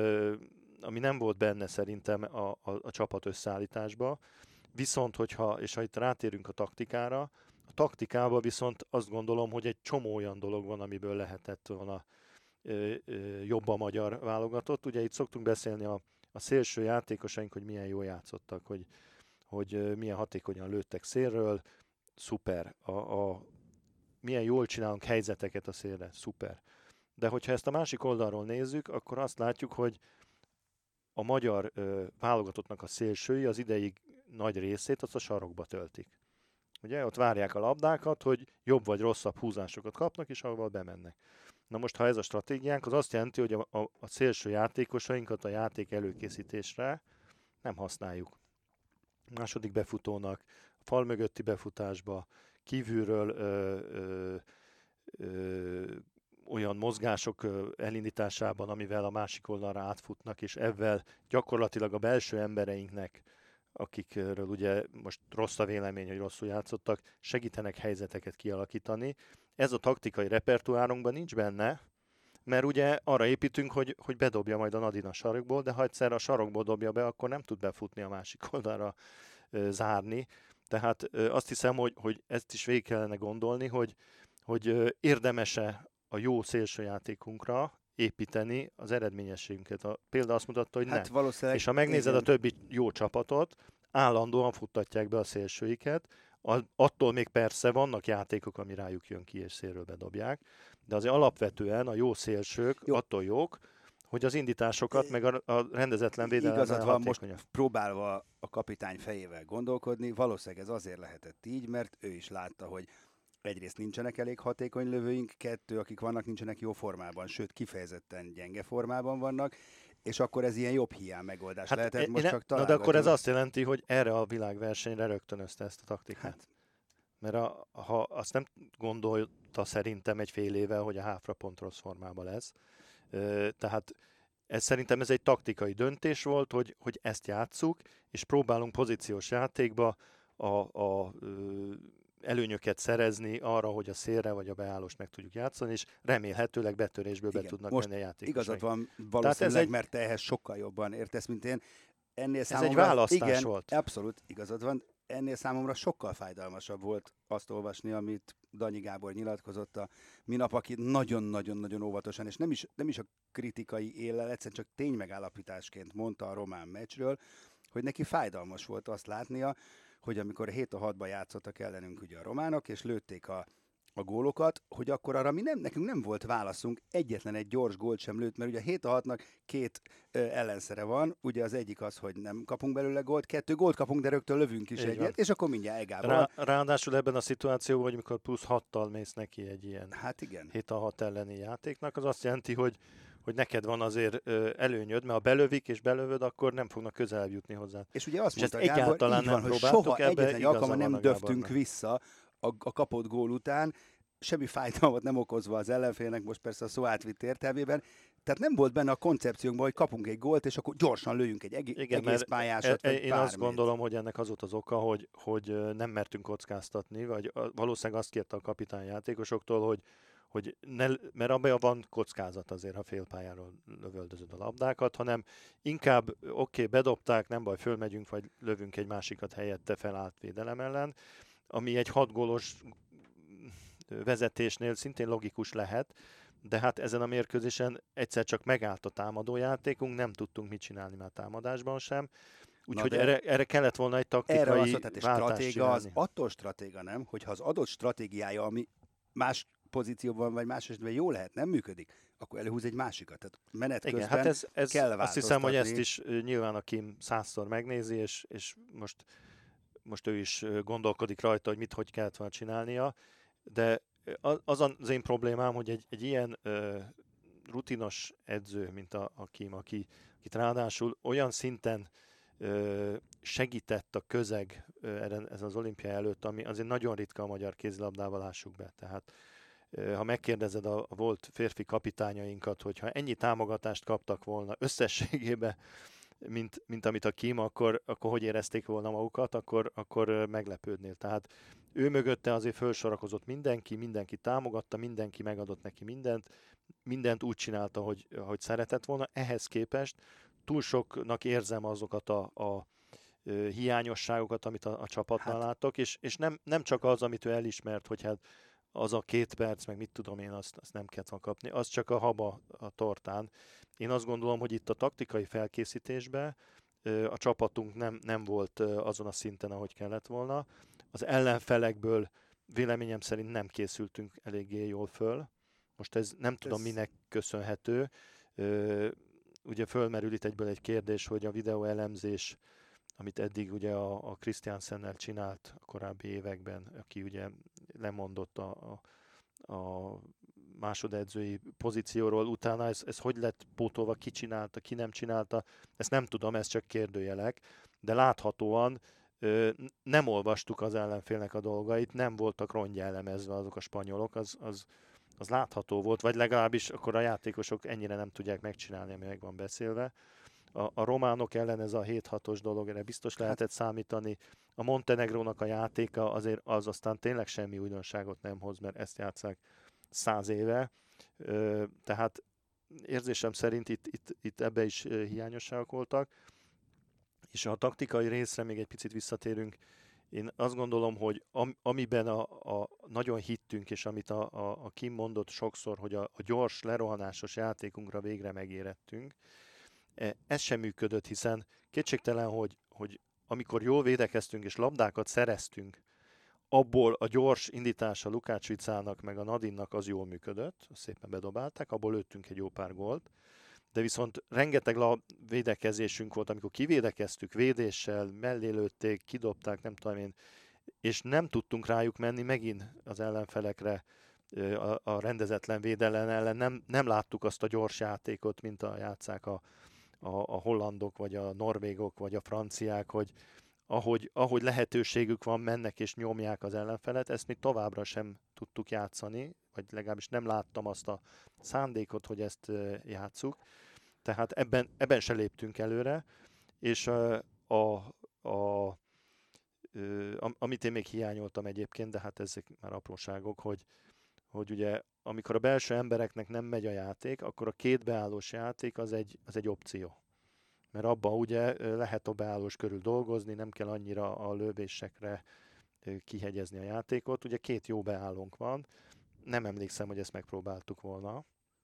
nem volt benne szerintem a csapat összeállításba. Viszont, ha itt rátérünk a taktikára, a taktikában viszont azt gondolom, hogy egy csomó olyan dolog van, amiből lehetett volna jobb a magyar válogatott. Ugye itt szoktunk beszélni a szélső játékosaink, hogy milyen jól játszottak, hogy milyen hatékonyan lőttek szélről, szuper. Milyen jól csinálunk helyzeteket a szélre, szuper. De hogyha ezt a másik oldalról nézzük, akkor azt látjuk, hogy a magyar válogatottnak a szélsői az ideig nagy részét azt a sarokba töltik. Ugye ott várják a labdákat, hogy jobb vagy rosszabb húzásokat kapnak, és ahol bemennek. Na most, ha ez a stratégiánk, az azt jelenti, hogy a szélső játékosainkat a játék előkészítésre nem használjuk. Második befutónak, a fal mögötti befutásba, kívülről olyan mozgások elindításában, amivel a másik oldalra átfutnak, és ezzel gyakorlatilag a belső embereinknek, akikről ugye most rossz a vélemény, hogy rosszul játszottak, segítenek helyzeteket kialakítani. Ez a taktikai repertoárunkban nincs benne, mert ugye arra építünk, hogy bedobja majd a Nadine a sarokból, de ha egyszer a sarokból dobja be, akkor nem tud befutni a másik oldalra zárni. Tehát azt hiszem, hogy ezt is végig kellene gondolni, hogy érdemes-e a jó szélsőjátékunkra építeni az eredményességünket. A példa azt mutatta, hogy Hát nem. És ha megnézed a többi jó csapatot, állandóan futtatják be a szélsőiket, attól még persze vannak játékok, ami rájuk jön ki és szélről bedobják, de azért alapvetően a jó szélsők attól jók, hogy az indításokat, meg a rendezetlen védelemmel hatékonyabb. Most próbálva a kapitány fejével gondolkodni, valószínűleg ez azért lehetett így, mert ő is látta, hogy egyrészt nincsenek elég hatékony lövőink, kettő, akik vannak, nincsenek jó formában, sőt kifejezetten gyenge formában vannak, és akkor ez ilyen jobb hiány megoldás lehetett, most csak találgatjuk. De akkor ez azt jelenti, hogy erre a világversenyre rögtönözte ezt a taktikát. Hát. Mert ha azt nem gondolta szerintem egy fél éve, hogy a Háfra pont rossz formában lesz. Tehát szerintem ez egy taktikai döntés volt, hogy ezt játsszuk, és próbálunk pozíciós játékba előnyöket szerezni arra, hogy a szélre vagy a beállóst meg tudjuk játszani, és remélhetőleg betörésből be tudnak menni a játékosok. Igazad van valószínűleg, mert te ehhez sokkal jobban értesz, mint én. Ennél ez egy választás volt. Abszolút igazad van. Ennél számomra sokkal fájdalmasabb volt azt olvasni, amit Danyi Gábor nyilatkozott a minap, aki nagyon-nagyon-nagyon óvatosan, és nem is a kritikai éllel, egyszerűen csak ténymegállapításként mondta a román meccsről, hogy neki fájdalmas volt azt látnia, hogy amikor 7-6-ban játszottak ellenünk ugye a románok, és lőtték a gólokat, hogy akkor arra nekünk nem volt válaszunk, egyetlen egy gyors gólt sem lőtt, mert ugye a 7-6-nak két ellenszere van, ugye az egyik az, hogy nem kapunk belőle gólt, 2 gólt kapunk, de rögtön lövünk is egyet, és akkor mindjárt egával. Ráadásul ebben a szituációban, hogy amikor plusz 6-tal mész neki egy ilyen hát igen. 7-6 elleni játéknak, az azt jelenti, hogy neked van azért előnyöd, mert ha belövik és belövöd, akkor nem fognak közelebb jutni hozzá. És ugye azt mondta Gábor, így van, hogy soha egyetlen alkalommal nem döftünk vissza a kapott gól után, semmi fájdalmat nem okozva az ellenfélnek, most persze a szó átvitt értelmében. Tehát nem volt benne a koncepciónkban, hogy kapunk egy gólt, és akkor gyorsan lőjünk egy egész pályásat. Én azt gondolom, hogy ennek az volt az oka, hogy nem mertünk kockáztatni, vagy valószínűleg azt kérte a kapitány játékosoktól, mert abban van kockázat azért, ha félpályáról lövöldözöd a labdákat, hanem inkább bedobták, nem baj, fölmegyünk, vagy lövünk egy másikat helyette felállt védelem ellen, ami egy 6 gólos vezetésnél szintén logikus lehet, de hát ezen a mérkőzésen egyszer csak megállt a támadójátékunk, nem tudtunk mit csinálni már támadásban sem, úgyhogy erre kellett volna egy taktikai váltást csinálni. Az attól stratéga, nem? Hogyha az adott stratégiája, ami más pozícióban vagy más esetben jó lehet, nem működik, akkor előhúz egy másikat. Tehát menet közben hát ez kell változtatni. Azt hiszem, hogy ezt is nyilván a Kim 100-szor megnézi, és most ő is gondolkodik rajta, hogy hogy kellett volna csinálnia, de az az én problémám, hogy egy ilyen rutinos edző, mint a Kim, akit ráadásul olyan szinten segített a közeg ez az olimpia előtt, ami azért nagyon ritka a magyar kézilabdával, lássuk be. Tehát ha megkérdezed a volt férfi kapitányainkat, hogyha ennyi támogatást kaptak volna összességében, mint amit a Kim, akkor hogy érezték volna magukat, akkor meglepődnél. Tehát ő mögötte azért fölsorakozott mindenki támogatta, mindenki megadott neki mindent úgy csinálta, hogy szeretett volna. Ehhez képest túl soknak érzem azokat a hiányosságokat, amit a csapatnál látok, és nem csak az, amit ő elismert, hogy hát az a 2 perc, meg mit tudom én, azt nem kellett volna kapni, az csak a haba a tortán. Én azt gondolom, hogy itt a taktikai felkészítésben a csapatunk nem volt azon a szinten, ahogy kellett volna. Az ellenfelekből véleményem szerint nem készültünk eléggé jól föl. Most ez nem tudom minek köszönhető. Ugye fölmerül itt egyből egy kérdés, hogy a videóelemzés, amit eddig ugye a Christiansennel csinált a korábbi években, aki ugye lemondott a másodedzői pozícióról, utána ez hogy lett pótolva, ki csinálta, ki nem csinálta, ezt nem tudom, ez csak kérdőjelek, de láthatóan nem olvastuk az ellenfélnek a dolgait, nem voltak rongyá elemezve azok a spanyolok, az az látható volt, vagy legalábbis akkor a játékosok ennyire nem tudják megcsinálni, ami meg van beszélve. A románok ellen ez a 7-6-os dolog, erre biztos lehetett számítani. A Montenegrónak a játéka azért az aztán tényleg semmi újdonságot nem hoz, mert ezt játsszák 100 éve. Tehát érzésem szerint itt ebbe is hiányosságok voltak. És a taktikai részre még egy picit visszatérünk. Én azt gondolom, hogy amiben a nagyon hittünk, és amit a Kim mondott sokszor, hogy a gyors, lerohanásos játékunkra végre megérettünk, ez sem működött, hiszen kétségtelen, hogy amikor jól védekeztünk és labdákat szereztünk, abból a gyors indítása Lukács-Vicának meg a Nadinnak az jól működött, szépen bedobálták, abból lőttünk egy jó pár gólt, de viszont rengeteg védekezésünk volt, amikor kivédekeztük védéssel, mellé lőtték, kidobták, nem tudom én, és nem tudtunk rájuk menni megint az ellenfelekre a rendezetlen védelem ellen, nem láttuk azt a gyors játékot, mint a játszák a hollandok, vagy a norvégok, vagy a franciák, hogy ahogy lehetőségük van, mennek és nyomják az ellenfelet, ezt mi továbbra sem tudtuk játszani, vagy legalábbis nem láttam azt a szándékot, hogy ezt játsszuk. Tehát ebben se léptünk előre, és amit én még hiányoltam egyébként, de hát ezek már apróságok, hogy ugye amikor a belső embereknek nem megy a játék, akkor a két beállós játék az egy opció. Mert abban ugye lehet a beállós körül dolgozni, nem kell annyira a lővésekre kihegyezni a játékot. Ugye két jó beállónk van, nem emlékszem, hogy ezt megpróbáltuk volna.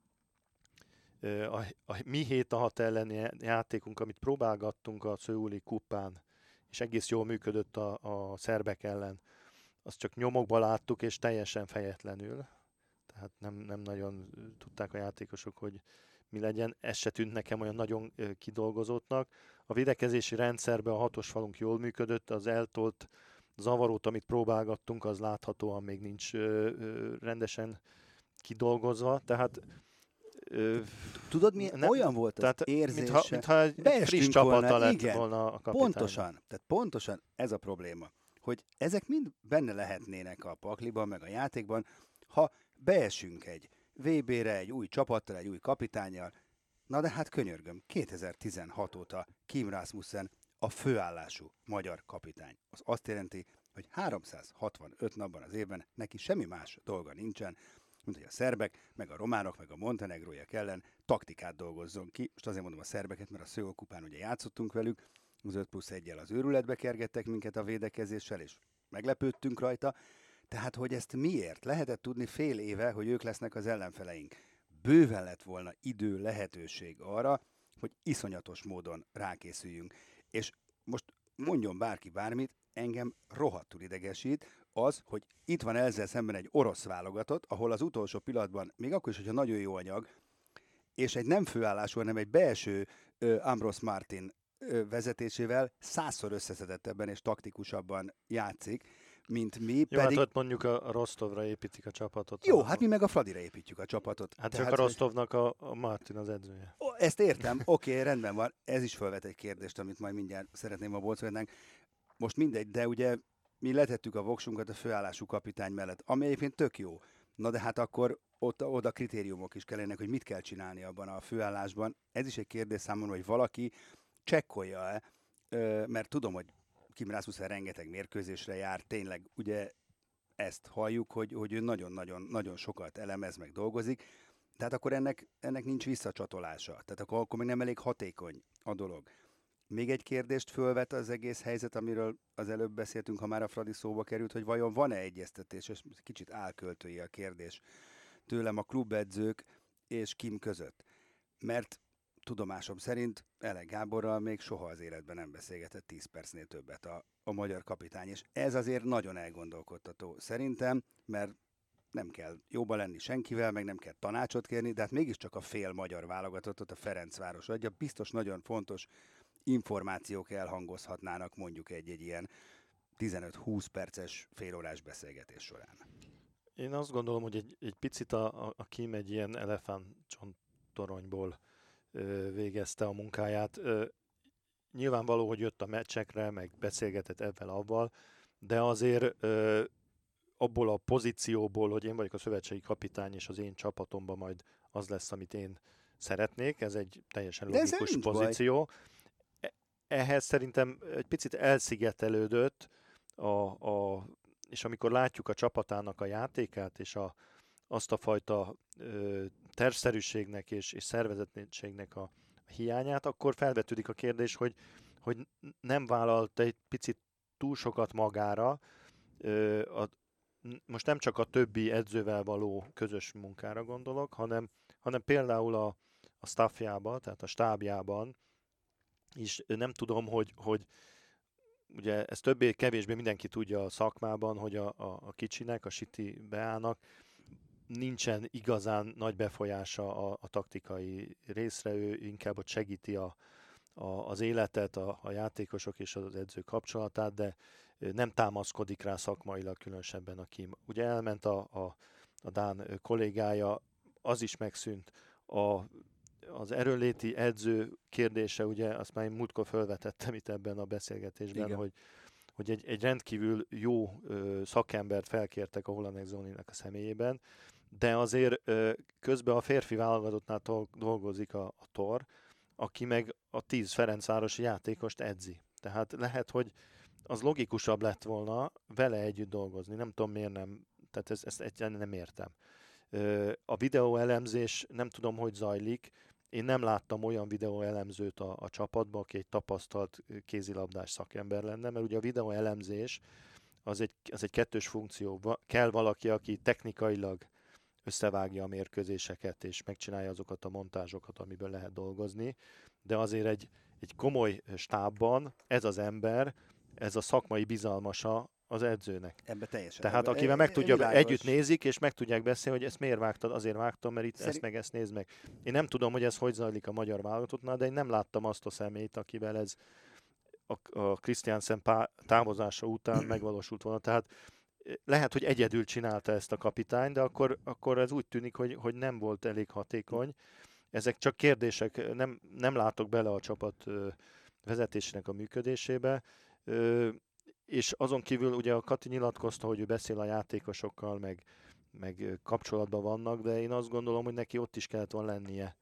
A mi 7-6 elleni játékunk, amit próbálgattunk a Szöuli kupán, és egész jól működött a szerbek ellen, azt csak nyomokba láttuk, és teljesen fejetlenül. Tehát nem nagyon tudták a játékosok, hogy mi legyen. Ez se tűnt nekem olyan nagyon kidolgozottnak. A védekezési rendszerben a 6-os falunk jól működött, az eltolt zavarót, amit próbálgattunk, az láthatóan még nincs rendesen kidolgozva. Tehát tudod, mi olyan volt az érzése? Mintha egy friss csapata lett volna a kapitány. Pontosan ez a probléma, hogy ezek mind benne lehetnének a pakliban, meg a játékban, ha beesünk egy VB-re, egy új csapattal, egy új kapitánnyal. Na de hát könyörgöm, 2016 óta Kim Rasmussen a főállású magyar kapitány. Az azt jelenti, hogy 365 napban az évben neki semmi más dolga nincsen, mint hogy a szerbek, meg a románok, meg a montenegróiak ellen taktikát dolgozzon ki. Most azért mondom a szerbeket, mert a Szöul kupán ugye játszottunk velük, az 5+1-jel az őrületbe kergettek minket a védekezéssel, és meglepődtünk rajta. Tehát, hogy ezt miért? Lehetett tudni fél éve, hogy ők lesznek az ellenfeleink. Bőven lett volna idő, lehetőség arra, hogy iszonyatos módon rákészüljünk. És most mondjon bárki bármit, engem rohadtul idegesít az, hogy itt van ezzel szemben egy orosz válogatott, ahol az utolsó pillanatban, még akkor is, hogyha nagyon jó anyag, és egy nem főállású, hanem egy belső Ambros Martin vezetésével 100-szor összeszedettebben és taktikusabban játszik, mint mi. Jó, pedig... hát ott mondjuk a Rostovra építik a csapatot. Jó, hát mi meg a Fradira építjük a csapatot. Hát tehát, csak a Rostovnak a Martin az edzője. Ezt értem, oké, rendben van. Ez is felvet egy kérdést, amit majd mindjárt szeretném a Bolcvédnánk. Most mindegy, de ugye mi letettük a voksunkat a főállású kapitány mellett, ami egyébként tök jó. Na de hát akkor oda kritériumok is kellenek, hogy mit kell csinálni abban a főállásban. Ez is egy kérdés számomra, hogy valaki csekkolja-e, mert tudom, hogy Kim Rasmussen rengeteg mérkőzésre jár, tényleg ugye ezt halljuk, hogy ő nagyon-nagyon sokat elemez, meg dolgozik, tehát akkor ennek nincs visszacsatolása, tehát akkor még nem elég hatékony a dolog. Még egy kérdést fölvet az egész helyzet, amiről az előbb beszéltünk, ha már a Fradi szóba került, hogy vajon van-e egyeztetés, és kicsit álköltői a kérdés tőlem a klubedzők és Kim között. Mert tudomásom szerint Elek Gáborral még soha az életben nem beszélgetett 10 percnél többet a magyar kapitány, és ez azért nagyon elgondolkodtató szerintem, mert nem kell jóba lenni senkivel, meg nem kell tanácsot kérni, de hát mégiscsak a fél magyar válogatottat a Ferencváros adja, biztos nagyon fontos információk elhangozhatnának mondjuk egy ilyen 15-20 perces félórás beszélgetés során. Én azt gondolom, hogy egy picit a Kim egy ilyen elefántcsontoronyból végezte a munkáját. Nyilvánvaló, hogy jött a meccsekre, meg beszélgetett ebben avval, de azért abból a pozícióból, hogy én vagyok a szövetségi kapitány, és az én csapatomban majd az lesz, amit én szeretnék, ez egy teljesen logikus pozíció. Ehhez szerintem egy picit elszigetelődött, és amikor látjuk a csapatának a játékát, és azt a fajta tervszerűségnek és szervezetlenségnek a hiányát, akkor felvetődik a kérdés, hogy nem vállalt egy picit túl sokat magára, most nem csak a többi edzővel való közös munkára gondolok, hanem például a staffjában, tehát a stábjában is nem tudom, hogy ugye ez többé-kevésbé mindenki tudja a szakmában, hogy a kicsinek, a Siti Beának nincsen igazán nagy befolyása a taktikai részre, ő inkább ott segíti az életet, a játékosok és az edző kapcsolatát, de nem támaszkodik rá szakmailag különösebben a Kim. Ugye elment a dán kollégája, az is megszűnt. Az erőnléti edző kérdése, ugye azt már én múltkor felvetettem itt ebben a beszélgetésben, hogy egy rendkívül jó szakembert felkértek a Holland Exoninak a személyében, de azért közben a férfi válogatottnál dolgozik a Thor, aki meg a 10 Ferencvárosi játékost edzi. Tehát lehet, hogy az logikusabb lett volna vele együtt dolgozni. Nem tudom, miért nem. Tehát ezt egyáltalán nem értem. A videóelemzés nem tudom, hogy zajlik. Én nem láttam olyan videóelemzőt a csapatban, aki egy tapasztalt kézilabdás szakember lenne, mert ugye a videóelemzés az egy kettős funkció. Kell valaki, aki technikailag összevágja a mérkőzéseket, és megcsinálja azokat a montázsokat, amiből lehet dolgozni, de azért egy komoly stábban ez az ember, ez a szakmai bizalmasa az edzőnek. Ebbe teljesen. Tehát akivel meg tudja, együtt nézik, és meg tudják beszélni, hogy ezt miért vágtad, azért vágtam, mert itt ezt nézd meg. Én nem tudom, hogy ez hogy zajlik a magyar válogatottnál, de én nem láttam azt a személyt, akivel ez a Christiansen távozása után megvalósult volna. Tehát lehet, hogy egyedül csinálta ezt a kapitány, de akkor ez úgy tűnik, hogy nem volt elég hatékony. Ezek csak kérdések, nem látok bele a csapat vezetésének a működésébe. És azon kívül ugye a Kati nyilatkozta, hogy ő beszél a játékosokkal, meg kapcsolatban vannak, de én azt gondolom, hogy neki ott is kellett volna lennie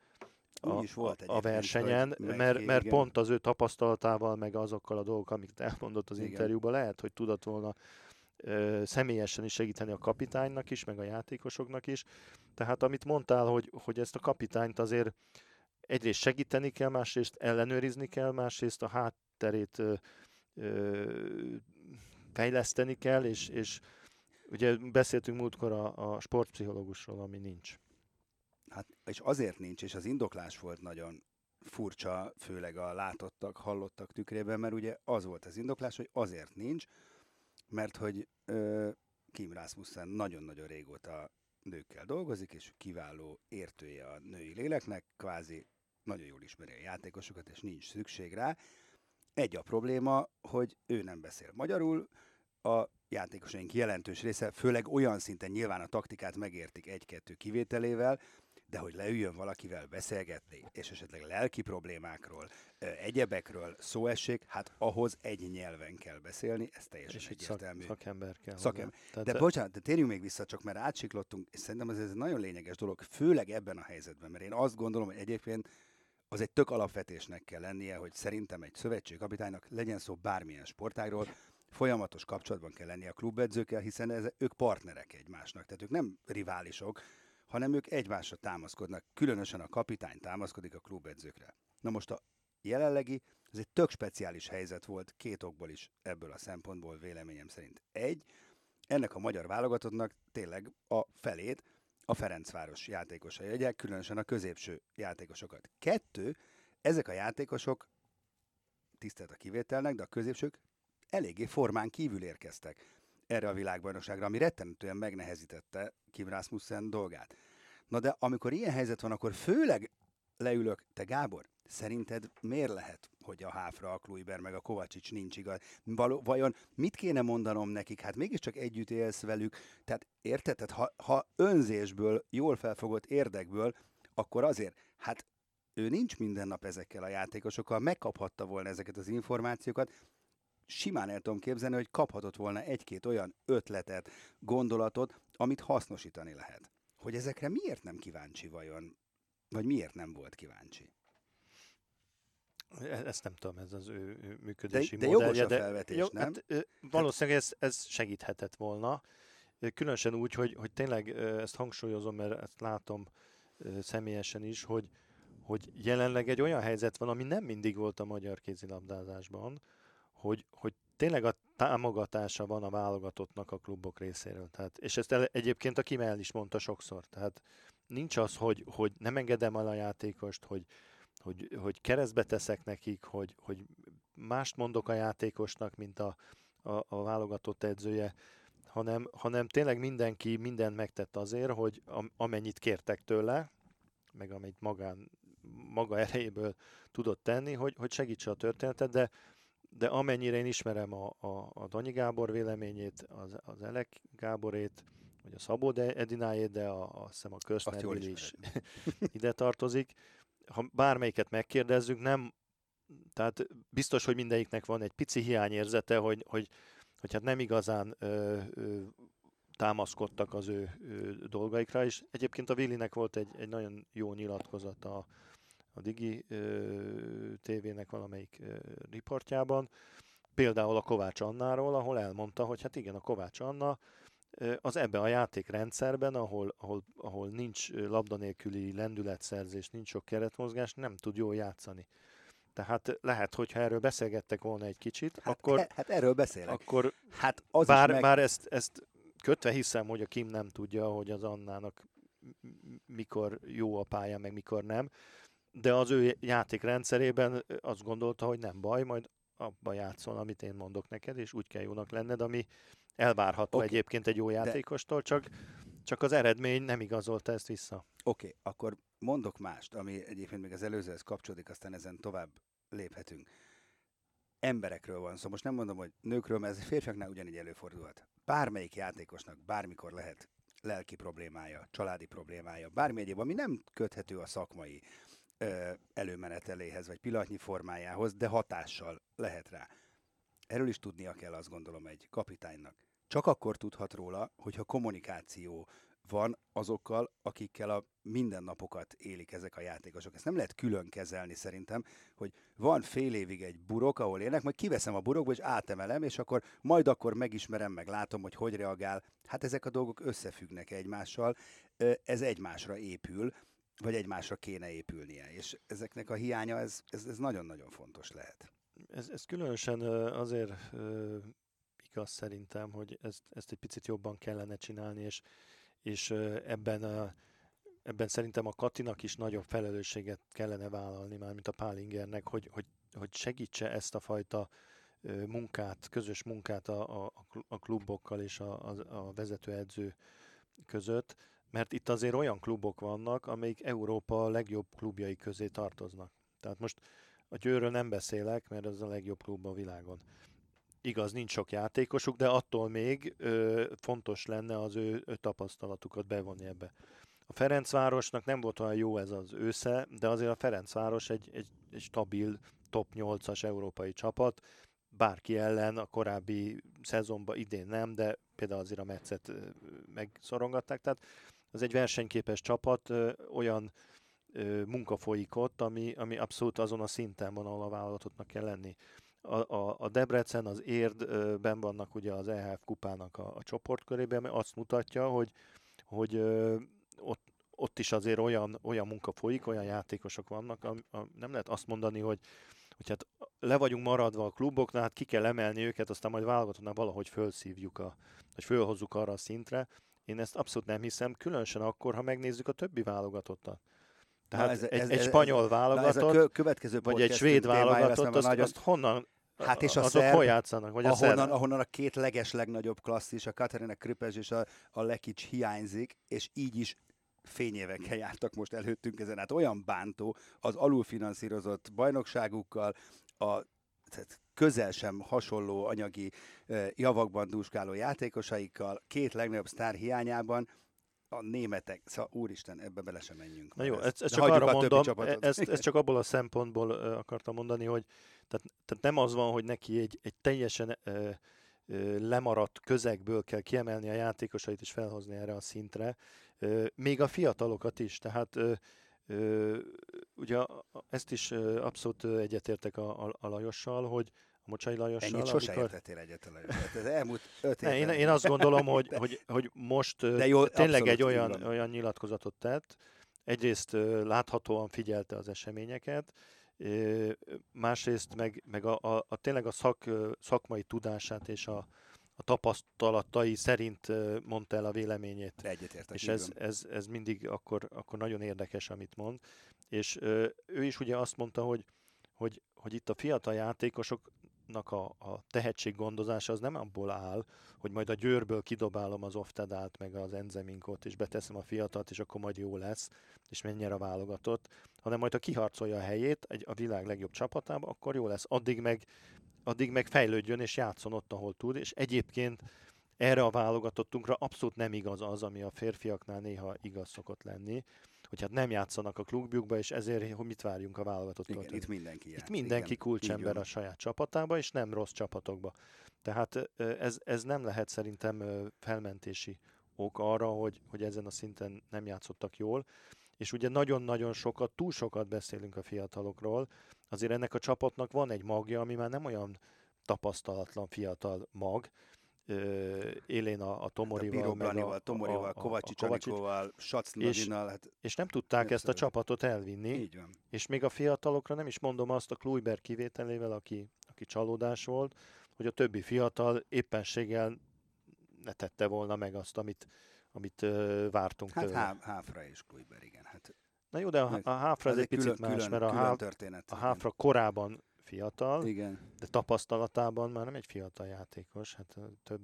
a versenyen, mert pont az ő tapasztalatával, meg azokkal a dolgokkal, amiket elmondott az interjúban, lehet, hogy tudott volna személyesen is segíteni a kapitánynak is, meg a játékosoknak is. Tehát amit mondtál, hogy ezt a kapitányt azért egyrészt segíteni kell, másrészt ellenőrizni kell, másrészt a hátterét fejleszteni kell, és ugye beszéltünk múltkor a sportpszichológusról, ami nincs. Hát, és azért nincs, és az indoklás volt nagyon furcsa, főleg a látottak, hallottak tükrében, mert ugye az volt az indoklás, hogy azért nincs, mert hogy Kim Rasmussen nagyon-nagyon régóta nőkkel dolgozik, és kiváló értője a női léleknek, kvázi nagyon jól ismeri a játékosokat, és nincs szükség rá. Egy a probléma, hogy ő nem beszél magyarul, a játékosaink jelentős része, főleg olyan szinten nyilván a taktikát megértik egy-kettő kivételével, de hogy leüljön valakivel beszélgetni, és esetleg lelki problémákról, egyebekről szó essék, hát ahhoz egy nyelven kell beszélni, ez teljesen és egyértelmű. Szakember kell. De bocsánat, de térjünk még vissza, csak mert átsiklottunk, és szerintem ez egy nagyon lényeges dolog, főleg ebben a helyzetben, mert én azt gondolom, hogy egyébként az egy tök alapvetésnek kell lennie, hogy szerintem egy szövetségkapitánynak legyen szó bármilyen sportágról, folyamatos kapcsolatban kell lennie a klubedzőkkel, hiszen ők partnerek egymásnak, tehát ők nem riválisok, hanem ők egymásra támaszkodnak, különösen a kapitány támaszkodik a klubedzőkre. Na most a jelenlegi, ez egy tök speciális helyzet volt, két okból is ebből a szempontból véleményem szerint. Ennek a magyar válogatottnak tényleg a felét a Ferencváros játékosai adják, különösen a középső játékosokat. 2, ezek a játékosok, tisztelt a kivételnek, de a középsők eléggé formán kívül érkeztek erre a világbajnokságra, ami rettenetően megnehezítette Kim Rasmussen dolgát. Na de amikor ilyen helyzet van, akkor főleg leülök, te Gábor, szerinted miért lehet, hogy a Háfra, a Kluiber meg a Kovacic nincs igaz? Vajon mit kéne mondanom nekik? Hát mégiscsak együtt élsz velük. Tehát érted? Tehát ha önzésből, jól felfogott érdekből, akkor azért, hát ő nincs minden nap ezekkel a játékosokkal, megkaphatta volna ezeket az információkat. simán el tudom képzelni, hogy kaphatott volna egy-két olyan ötletet, gondolatot, amit hasznosítani lehet. Hogy ezekre miért nem kíváncsi vajon? Vagy miért nem volt kíváncsi? Ezt nem tudom, ez az ő működési de modellje. Jogos a felvetés, nem? Hát, valószínűleg ez segíthetett volna. Különösen úgy, hogy tényleg ezt hangsúlyozom, mert ezt látom személyesen is, hogy jelenleg egy olyan helyzet van, ami nem mindig volt a magyar kézilabdázásban, hogy tényleg a támogatása van a válogatottnak a klubok részéről. Tehát, és ezt egyébként a Kimel is mondta sokszor. Tehát nincs az, hogy nem engedem el a játékost, hogy keresztbe teszek nekik, hogy mást mondok a játékosnak, mint a válogatott edzője, hanem tényleg mindenki mindent megtett azért, hogy amennyit kértek tőle, meg amit maga erejéből tudott tenni, hogy segítse a történetet, de amennyire én ismerem a Danyi Gábor véleményét, az Elek Gáborét, vagy a Szabó Edinájét, de azt hiszem a Köszner is ide tartozik. Ha bármelyiket megkérdezzük, tehát biztos, hogy mindegyiknek van egy pici hiányérzete, hogy hát nem igazán támaszkodtak az ő dolgaikra, és egyébként a Willinek volt egy nagyon jó nyilatkozata a Digi TV-nek valamelyik riportjában, például a Kovács Annáról, ahol elmondta, hogy hát igen, a Kovács Anna az ebben a játékrendszerben, ahol nincs labda nélküli lendületszerzés, nincs sok keretmozgás, nem tud jól játszani. Tehát lehet, hogyha erről beszélgettek volna egy kicsit, akkor... Hát erről beszélek. Akkor hát az bár ezt kötve hiszem, hogy a Kim nem tudja, hogy az Annának mikor jó a pálya, meg mikor nem, de az ő játékrendszerében azt gondolta, hogy nem baj, majd abba játszol, amit én mondok neked, és úgy kell jónak lenned, ami elvárható egyébként egy jó játékostól, csak az eredmény nem igazolta ezt vissza. Oké, akkor mondok mást, ami egyébként még az előzőhez kapcsolódik, aztán ezen tovább léphetünk. Emberekről van szó. Most nem mondom, hogy nőkről, mert ez férfiaknál ugyanígy előfordulhat. Bármelyik játékosnak bármikor lehet lelki problémája, családi problémája, bármi egyéb, ami nem köthető a szakmai előmeneteléhez, vagy pillanatnyi formájához, de hatással lehet rá. Erről is tudnia kell, azt gondolom, egy kapitánynak. Csak akkor tudhat róla, hogyha kommunikáció van azokkal, akikkel a mindennapokat élik ezek a játékosok. Ezt nem lehet külön kezelni szerintem, hogy van fél évig egy burok, ahol élnek, majd kiveszem a burokba, és átemelem, és majd akkor megismerem, meg látom, hogy reagál. Hát ezek a dolgok összefüggnek egymással, ez egymásra épül, vagy egymásra kéne épülnie, és ezeknek a hiánya, ez nagyon-nagyon fontos lehet. Ez különösen azért igaz szerintem, hogy ezt egy picit jobban kellene csinálni, és ebben szerintem a Katinak is nagyobb felelősséget kellene vállalni, mármint a Pálingernek, hogy segítse ezt a fajta munkát, közös munkát a klubokkal és a vezetőedző között, mert itt azért olyan klubok vannak, amelyik Európa legjobb klubjai közé tartoznak. Tehát most a Győrről nem beszélek, mert ez a legjobb klub a világon. Igaz, nincs sok játékosuk, de attól még fontos lenne az ő tapasztalatukat bevonni ebbe. A Ferencvárosnak nem volt olyan jó ez az ősze, de azért a Ferencváros egy stabil top 8-as európai csapat, bárki ellen a korábbi szezonban, idén nem, de például azért a Metszet megszorongatták, tehát az egy versenyképes csapat, olyan munka folyik ott, ami abszolút azon a szinten van, ahol a válogatottnak kell lenni. A Debrecen, az Érdben vannak ugye az EHF kupának a csoportkörében, ami azt mutatja, hogy ott is azért olyan munka folyik, olyan játékosok vannak, nem lehet azt mondani, hogy hát le vagyunk maradva a kluboknál, hát ki kell emelni őket, aztán majd válogatottnál valahogy fölszívjuk, vagy fölhozzuk arra a szintre. Én ezt abszolút nem hiszem, különösen akkor, ha megnézzük a többi válogatottat. Tehát egy spanyol válogatott, vagy egy svéd válogatott, azt honnan, hát és azok hol játszanak? Vagy ahonnan a két legnagyobb klasszis, a Katarina Kripes és a Lekic hiányzik, és így is fényévekkel jártak most előttünk ezen. Hát olyan bántó az alulfinanszírozott bajnokságukkal, tehát közel sem hasonló anyagi javakban dúskáló játékosaikkal, két legnagyobb sztár hiányában, a németek, szóval úristen, ebbe bele sem menjünk. Na jó, ezt de csak hagyjuk arra a többi mondom, csapatot. ezt csak abból a szempontból akartam mondani, hogy tehát nem az van, hogy neki egy teljesen lemaradt közegből kell kiemelni a játékosait és felhozni erre a szintre, még a fiatalokat is. Tehát ugye ezt is abszolút egyetértek a Lajossal, hogy a Mocsai Lajossal. Ennyit sose értettél egyet a Lajos. Hát ez elmúlt 5 évben. Én azt gondolom, hogy most jó, tényleg egy abszolút olyan nyilatkozatot tett. Egyrészt láthatóan figyelte az eseményeket, másrészt meg tényleg a szakmai tudását és a tapasztalatai szerint mondta el a véleményét. Egyetértek. És ez mindig akkor nagyon érdekes, amit mond. És ő is ugye azt mondta, hogy itt a fiatal játékosoknak a tehetséggondozása az nem abból áll, hogy majd a Győrből kidobálom az Oftedalt, meg az Enzeminkot, és beteszem a fiatalt, és akkor majd jó lesz, és mennyire válogatott, hanem majd ha kiharcolja a helyét a világ legjobb csapatába, akkor jó lesz. Addig meg fejlődjön és játszon ott, ahol tud, és egyébként erre a válogatottunkra abszolút nem igaz az, ami a férfiaknál néha igaz szokott lenni, hogy hát nem játszanak a klubjukba, és ezért hogy mit várjunk a válogatottól. Igen, itt mindenki játszik. Itt mindenki kulcsember a saját csapatába, és nem rossz csapatokba. Tehát ez nem lehet szerintem felmentési ok arra, hogy ezen a szinten nem játszottak jól. És ugye nagyon-nagyon túl sokat beszélünk a fiatalokról, azért ennek a csapatnak van egy magja, ami már nem olyan tapasztalatlan fiatal mag, élén a Tomorival, Bíró Branival, Tomorival, Kovacsics Anikóval, Sac Nagyinnal. És nem tudták ezt a csapatot elvinni. Így van. És még a fiatalokra nem is mondom azt a Kluiber kivételével, aki csalódás volt, hogy a többi fiatal éppenséggel ne tette volna meg azt, amit vártunk tőle. Hát Háfra és Kluiber, igen. Hát, na jó, de a Háfra ez egy picit más, mert a Háfra korában fiatal, igen. De tapasztalatában már nem egy fiatal játékos, hát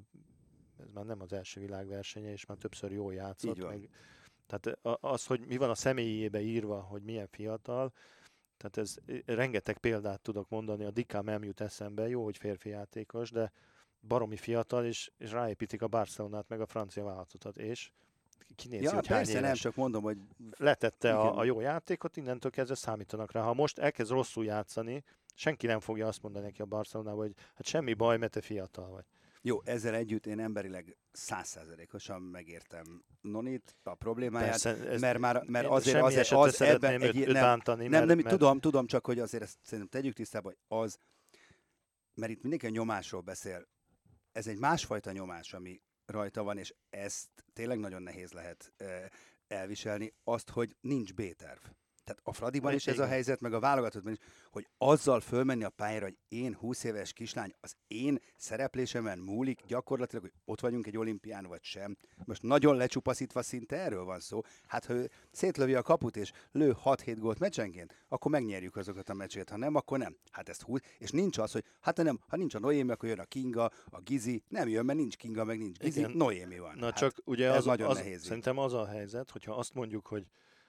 ez már nem az első világversenye, és már többször jól játszott. Tehát az, hogy mi van a személyébe írva, hogy milyen fiatal, tehát ez rengeteg példát tudok mondani, a Dicam nem jut eszembe, jó, hogy férfi játékos, de baromi fiatal, és ráépítik a Barcelonát, meg a francia válogatotat, és kinézi, hogy hány éves. Nem, csak mondom, hogy... Letette a jó játékot, innentől kezdve számítanak rá. Ha most elkezd rosszul játszani, senki nem fogja azt mondani neki a Barcelonában, hogy hát semmi baj, mert te fiatal vagy. Jó, ezzel együtt én emberileg 100%-osan megértem Nonit, a problémáját, persze, mert azért az ebben egy bántani, nem, tudom, csak hogy azért ezt szerintem tegyük tisztába, hogy az, mert itt mindenki a nyomásról beszél, ez egy másfajta nyomás, ami rajta van, és ezt tényleg nagyon nehéz lehet elviselni, azt, hogy nincs B-terv. Tehát a Fradiban is ez a helyzet, meg a válogatottban is, hogy azzal fölmenni a pályára, hogy én 20 éves kislány, az én szereplésemen múlik gyakorlatilag, hogy ott vagyunk egy olimpián vagy sem. Most nagyon lecsupaszítva szinte erről van szó. Hát ha ő szétlövi a kaput és lő 6-7 gólt meccsenként, akkor megnyerjük azokat a meccseket, ha nem, akkor nem. Hát ezt 20, és nincs az, hogy ha nincs a Noémi, akkor jön a Kinga, a Gizi, nem jön, mert nincs Kinga, meg nincs Gizi, Noémi van. Na hát csak ugye szerintem az a helyzet, hogyha azt mondjuk, hogy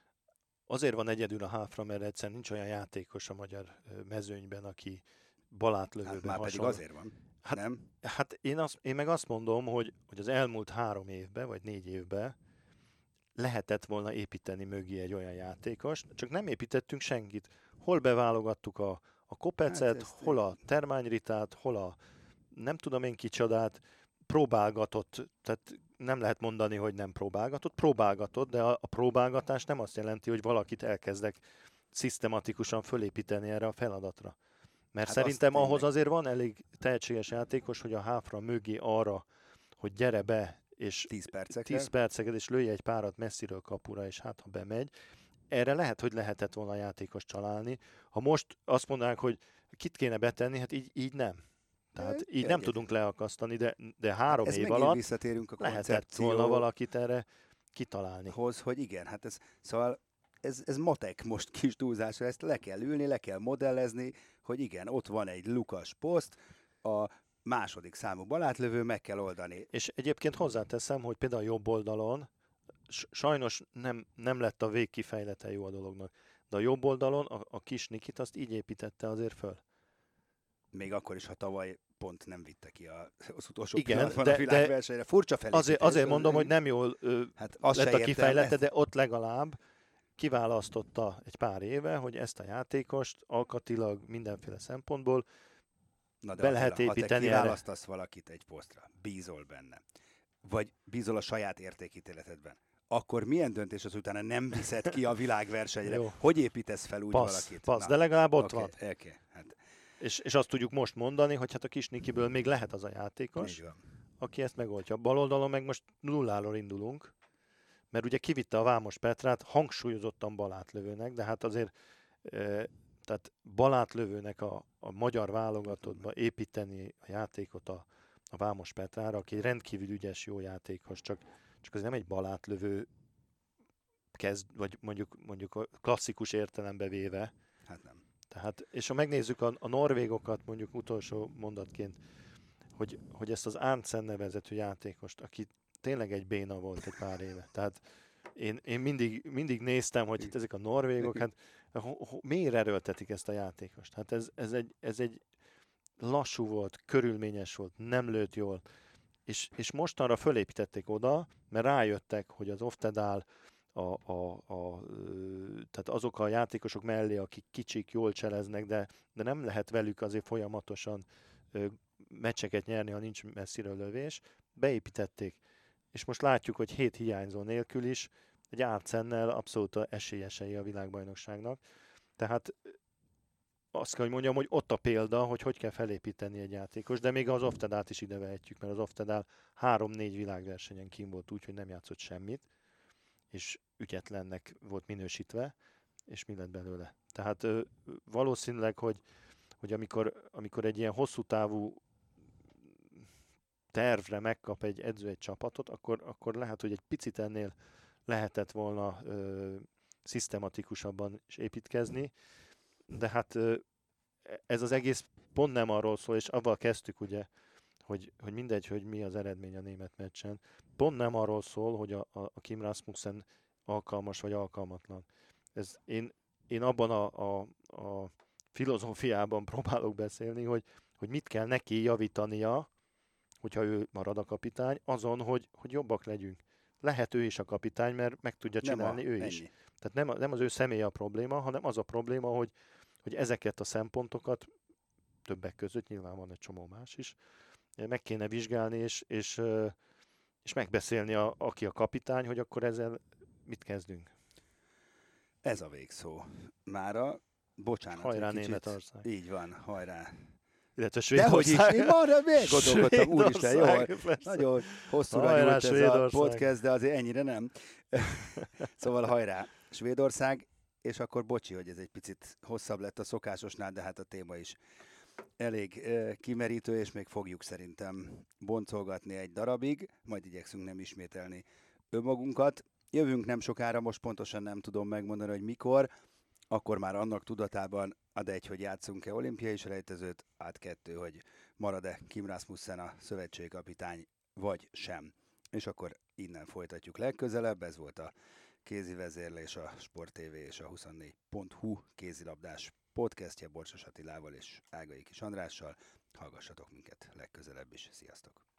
azért van egyedül a Háfra, mert egyszerűen nincs olyan játékos a magyar mezőnyben, aki balátlövőben hát már pedig azért van, nem? Hát én meg azt mondom, hogy az elmúlt 3 évben, vagy 4 évben lehetett volna építeni mögé egy olyan játékost, csak nem építettünk senkit. Hol beválogattuk a Kopecet, hol a Termányritát, hol a nem tudom én kicsodát, próbálgatott, tehát nem lehet mondani, hogy nem próbálgatott, de a próbálgatás nem azt jelenti, hogy valakit elkezdek szisztematikusan fölépíteni erre a feladatra. Mert hát szerintem ahhoz azért van elég tehetséges játékos, hogy a Háfra mögé arra, hogy gyere be, és 10 perceket, és lője egy párat messziről kapura, és hát ha bemegy, erre lehet, hogy lehetett volna játékos csalálni. Ha most azt mondanák, hogy kit kéne betenni, hát így nem. Tehát így nem tudunk leakasztani, de 3 év alatt lehetett volna valakit erre kitalálni. Hogy igen, hát ez matek most kis túlzásra, ezt le kell ülni, le kell modellezni, hogy igen, ott van egy Lukas poszt, a második számú balátlövő, meg kell oldani. És egyébként hozzáteszem, hogy például a jobb oldalon sajnos nem lett a végkifejlete jó a dolognak, de a jobb oldalon a kis Nikit azt így építette azért föl. Még akkor is, ha tavaly pont nem vitte ki az utolsó Igen, pillanatban a világversenyre. Furcsa felépítés. Azért mondom, hogy nem jól hát lett a kifejlete, de ott legalább kiválasztotta egy pár éve, hogy ezt a játékost alkatilag mindenféle szempontból be lehet építeni. Ha te kiválasztasz valakit egy posztra, bízol benne, vagy bízol a saját értékítéletedben, akkor milyen döntés az utána nem viszed ki a világversenyre? Jó. Hogy építesz fel úgy valakit? Passz, de legalább ott van. Okay, hát. És azt tudjuk most mondani, hogy hát a kis Nikiből még lehet az a játékos, aki ezt megoldja. Bal oldalon meg most nulláról indulunk, mert ugye kivitte a Vámos Petrát hangsúlyozottan balátlövőnek, de hát azért tehát balátlövőnek a magyar válogatottba építeni a játékot a Vámos Petrára, aki egy rendkívül ügyes, jó játékos, csak az nem egy balátlövő kezd, vagy mondjuk a klasszikus értelembe véve. Hát nem. Tehát, és ha megnézzük a norvégokat, mondjuk utolsó mondatként, hogy ezt az Arntzen nevezetű játékost, aki tényleg egy béna volt egy pár éve. Tehát én mindig néztem, hogy itt ezek a norvégok, hát miért erőltetik ezt a játékost? Hát ez egy lassú volt, körülményes volt, nem lőtt jól. És mostanra fölépítették oda, mert rájöttek, hogy az Oftedal, tehát azok a játékosok mellé, akik kicsik, jól cseleznek, de nem lehet velük azért folyamatosan meccseket nyerni, ha nincs messziről lövés. Beépítették. És most látjuk, hogy 7 hiányzó nélkül is egy Arnsennel abszolút esélyesei a világbajnokságnak. Tehát azt kell, hogy mondjam, hogy ott a példa, hogy kell felépíteni egy játékos, de még az Oftedalt is ide vehetjük, mert az Oftedal 3-4 világversenyen kín volt úgy, hogy nem játszott semmit, és ügyetlennek volt minősítve, és mi lett belőle. Tehát valószínűleg, hogy amikor egy ilyen hosszú távú tervre megkap egy edző egy csapatot, akkor lehet, hogy egy picit ennél lehetett volna szisztematikusabban is építkezni, de hát ez az egész pont nem arról szól, és avval kezdtük ugye, hogy mindegy, hogy mi az eredmény a német meccsen. Pont nem arról szól, hogy a Kim Rasmussen alkalmas vagy alkalmatlan. Én abban a filozófiában próbálok beszélni, hogy mit kell neki javítania, hogyha ő marad a kapitány, azon, hogy jobbak legyünk. Lehet ő is a kapitány, mert meg tudja csinálni ő is. Ennyi. Tehát nem az ő személye a probléma, hanem az a probléma, hogy ezeket a szempontokat többek között, nyilván van egy csomó más is, meg kéne vizsgálni, és megbeszélni, aki a kapitány, hogy akkor ezzel mit kezdünk. Ez a végszó. Mára, bocsánat. Hajrá Németország. Így van, hajrá. Illetve Svédország. Dehogy is, én arra még gondolkodtam, úristen, jó, nagyon hosszúra nyújt ez a podcast, de azért ennyire nem. Szóval hajrá Svédország, és akkor bocsi, hogy ez egy picit hosszabb lett a szokásosnál, de hát a téma is elég kimerítő, és még fogjuk szerintem boncolgatni egy darabig, majd igyekszünk nem ismételni önmagunkat. Jövünk nem sokára, most pontosan nem tudom megmondani, hogy mikor, akkor már annak tudatában ad 1, hogy játszunk-e olimpiai selejtezőt, át 2, hogy marad-e Kim Rasmussen a szövetségkapitány, vagy sem. És akkor innen folytatjuk legközelebb, ez volt a Kézi Vezérlés, a Sport TV és a 24.hu kézilabdás podcastje Borsos Attilával és Ágai Kis Andrással. Hallgassatok minket legközelebb is. Sziasztok!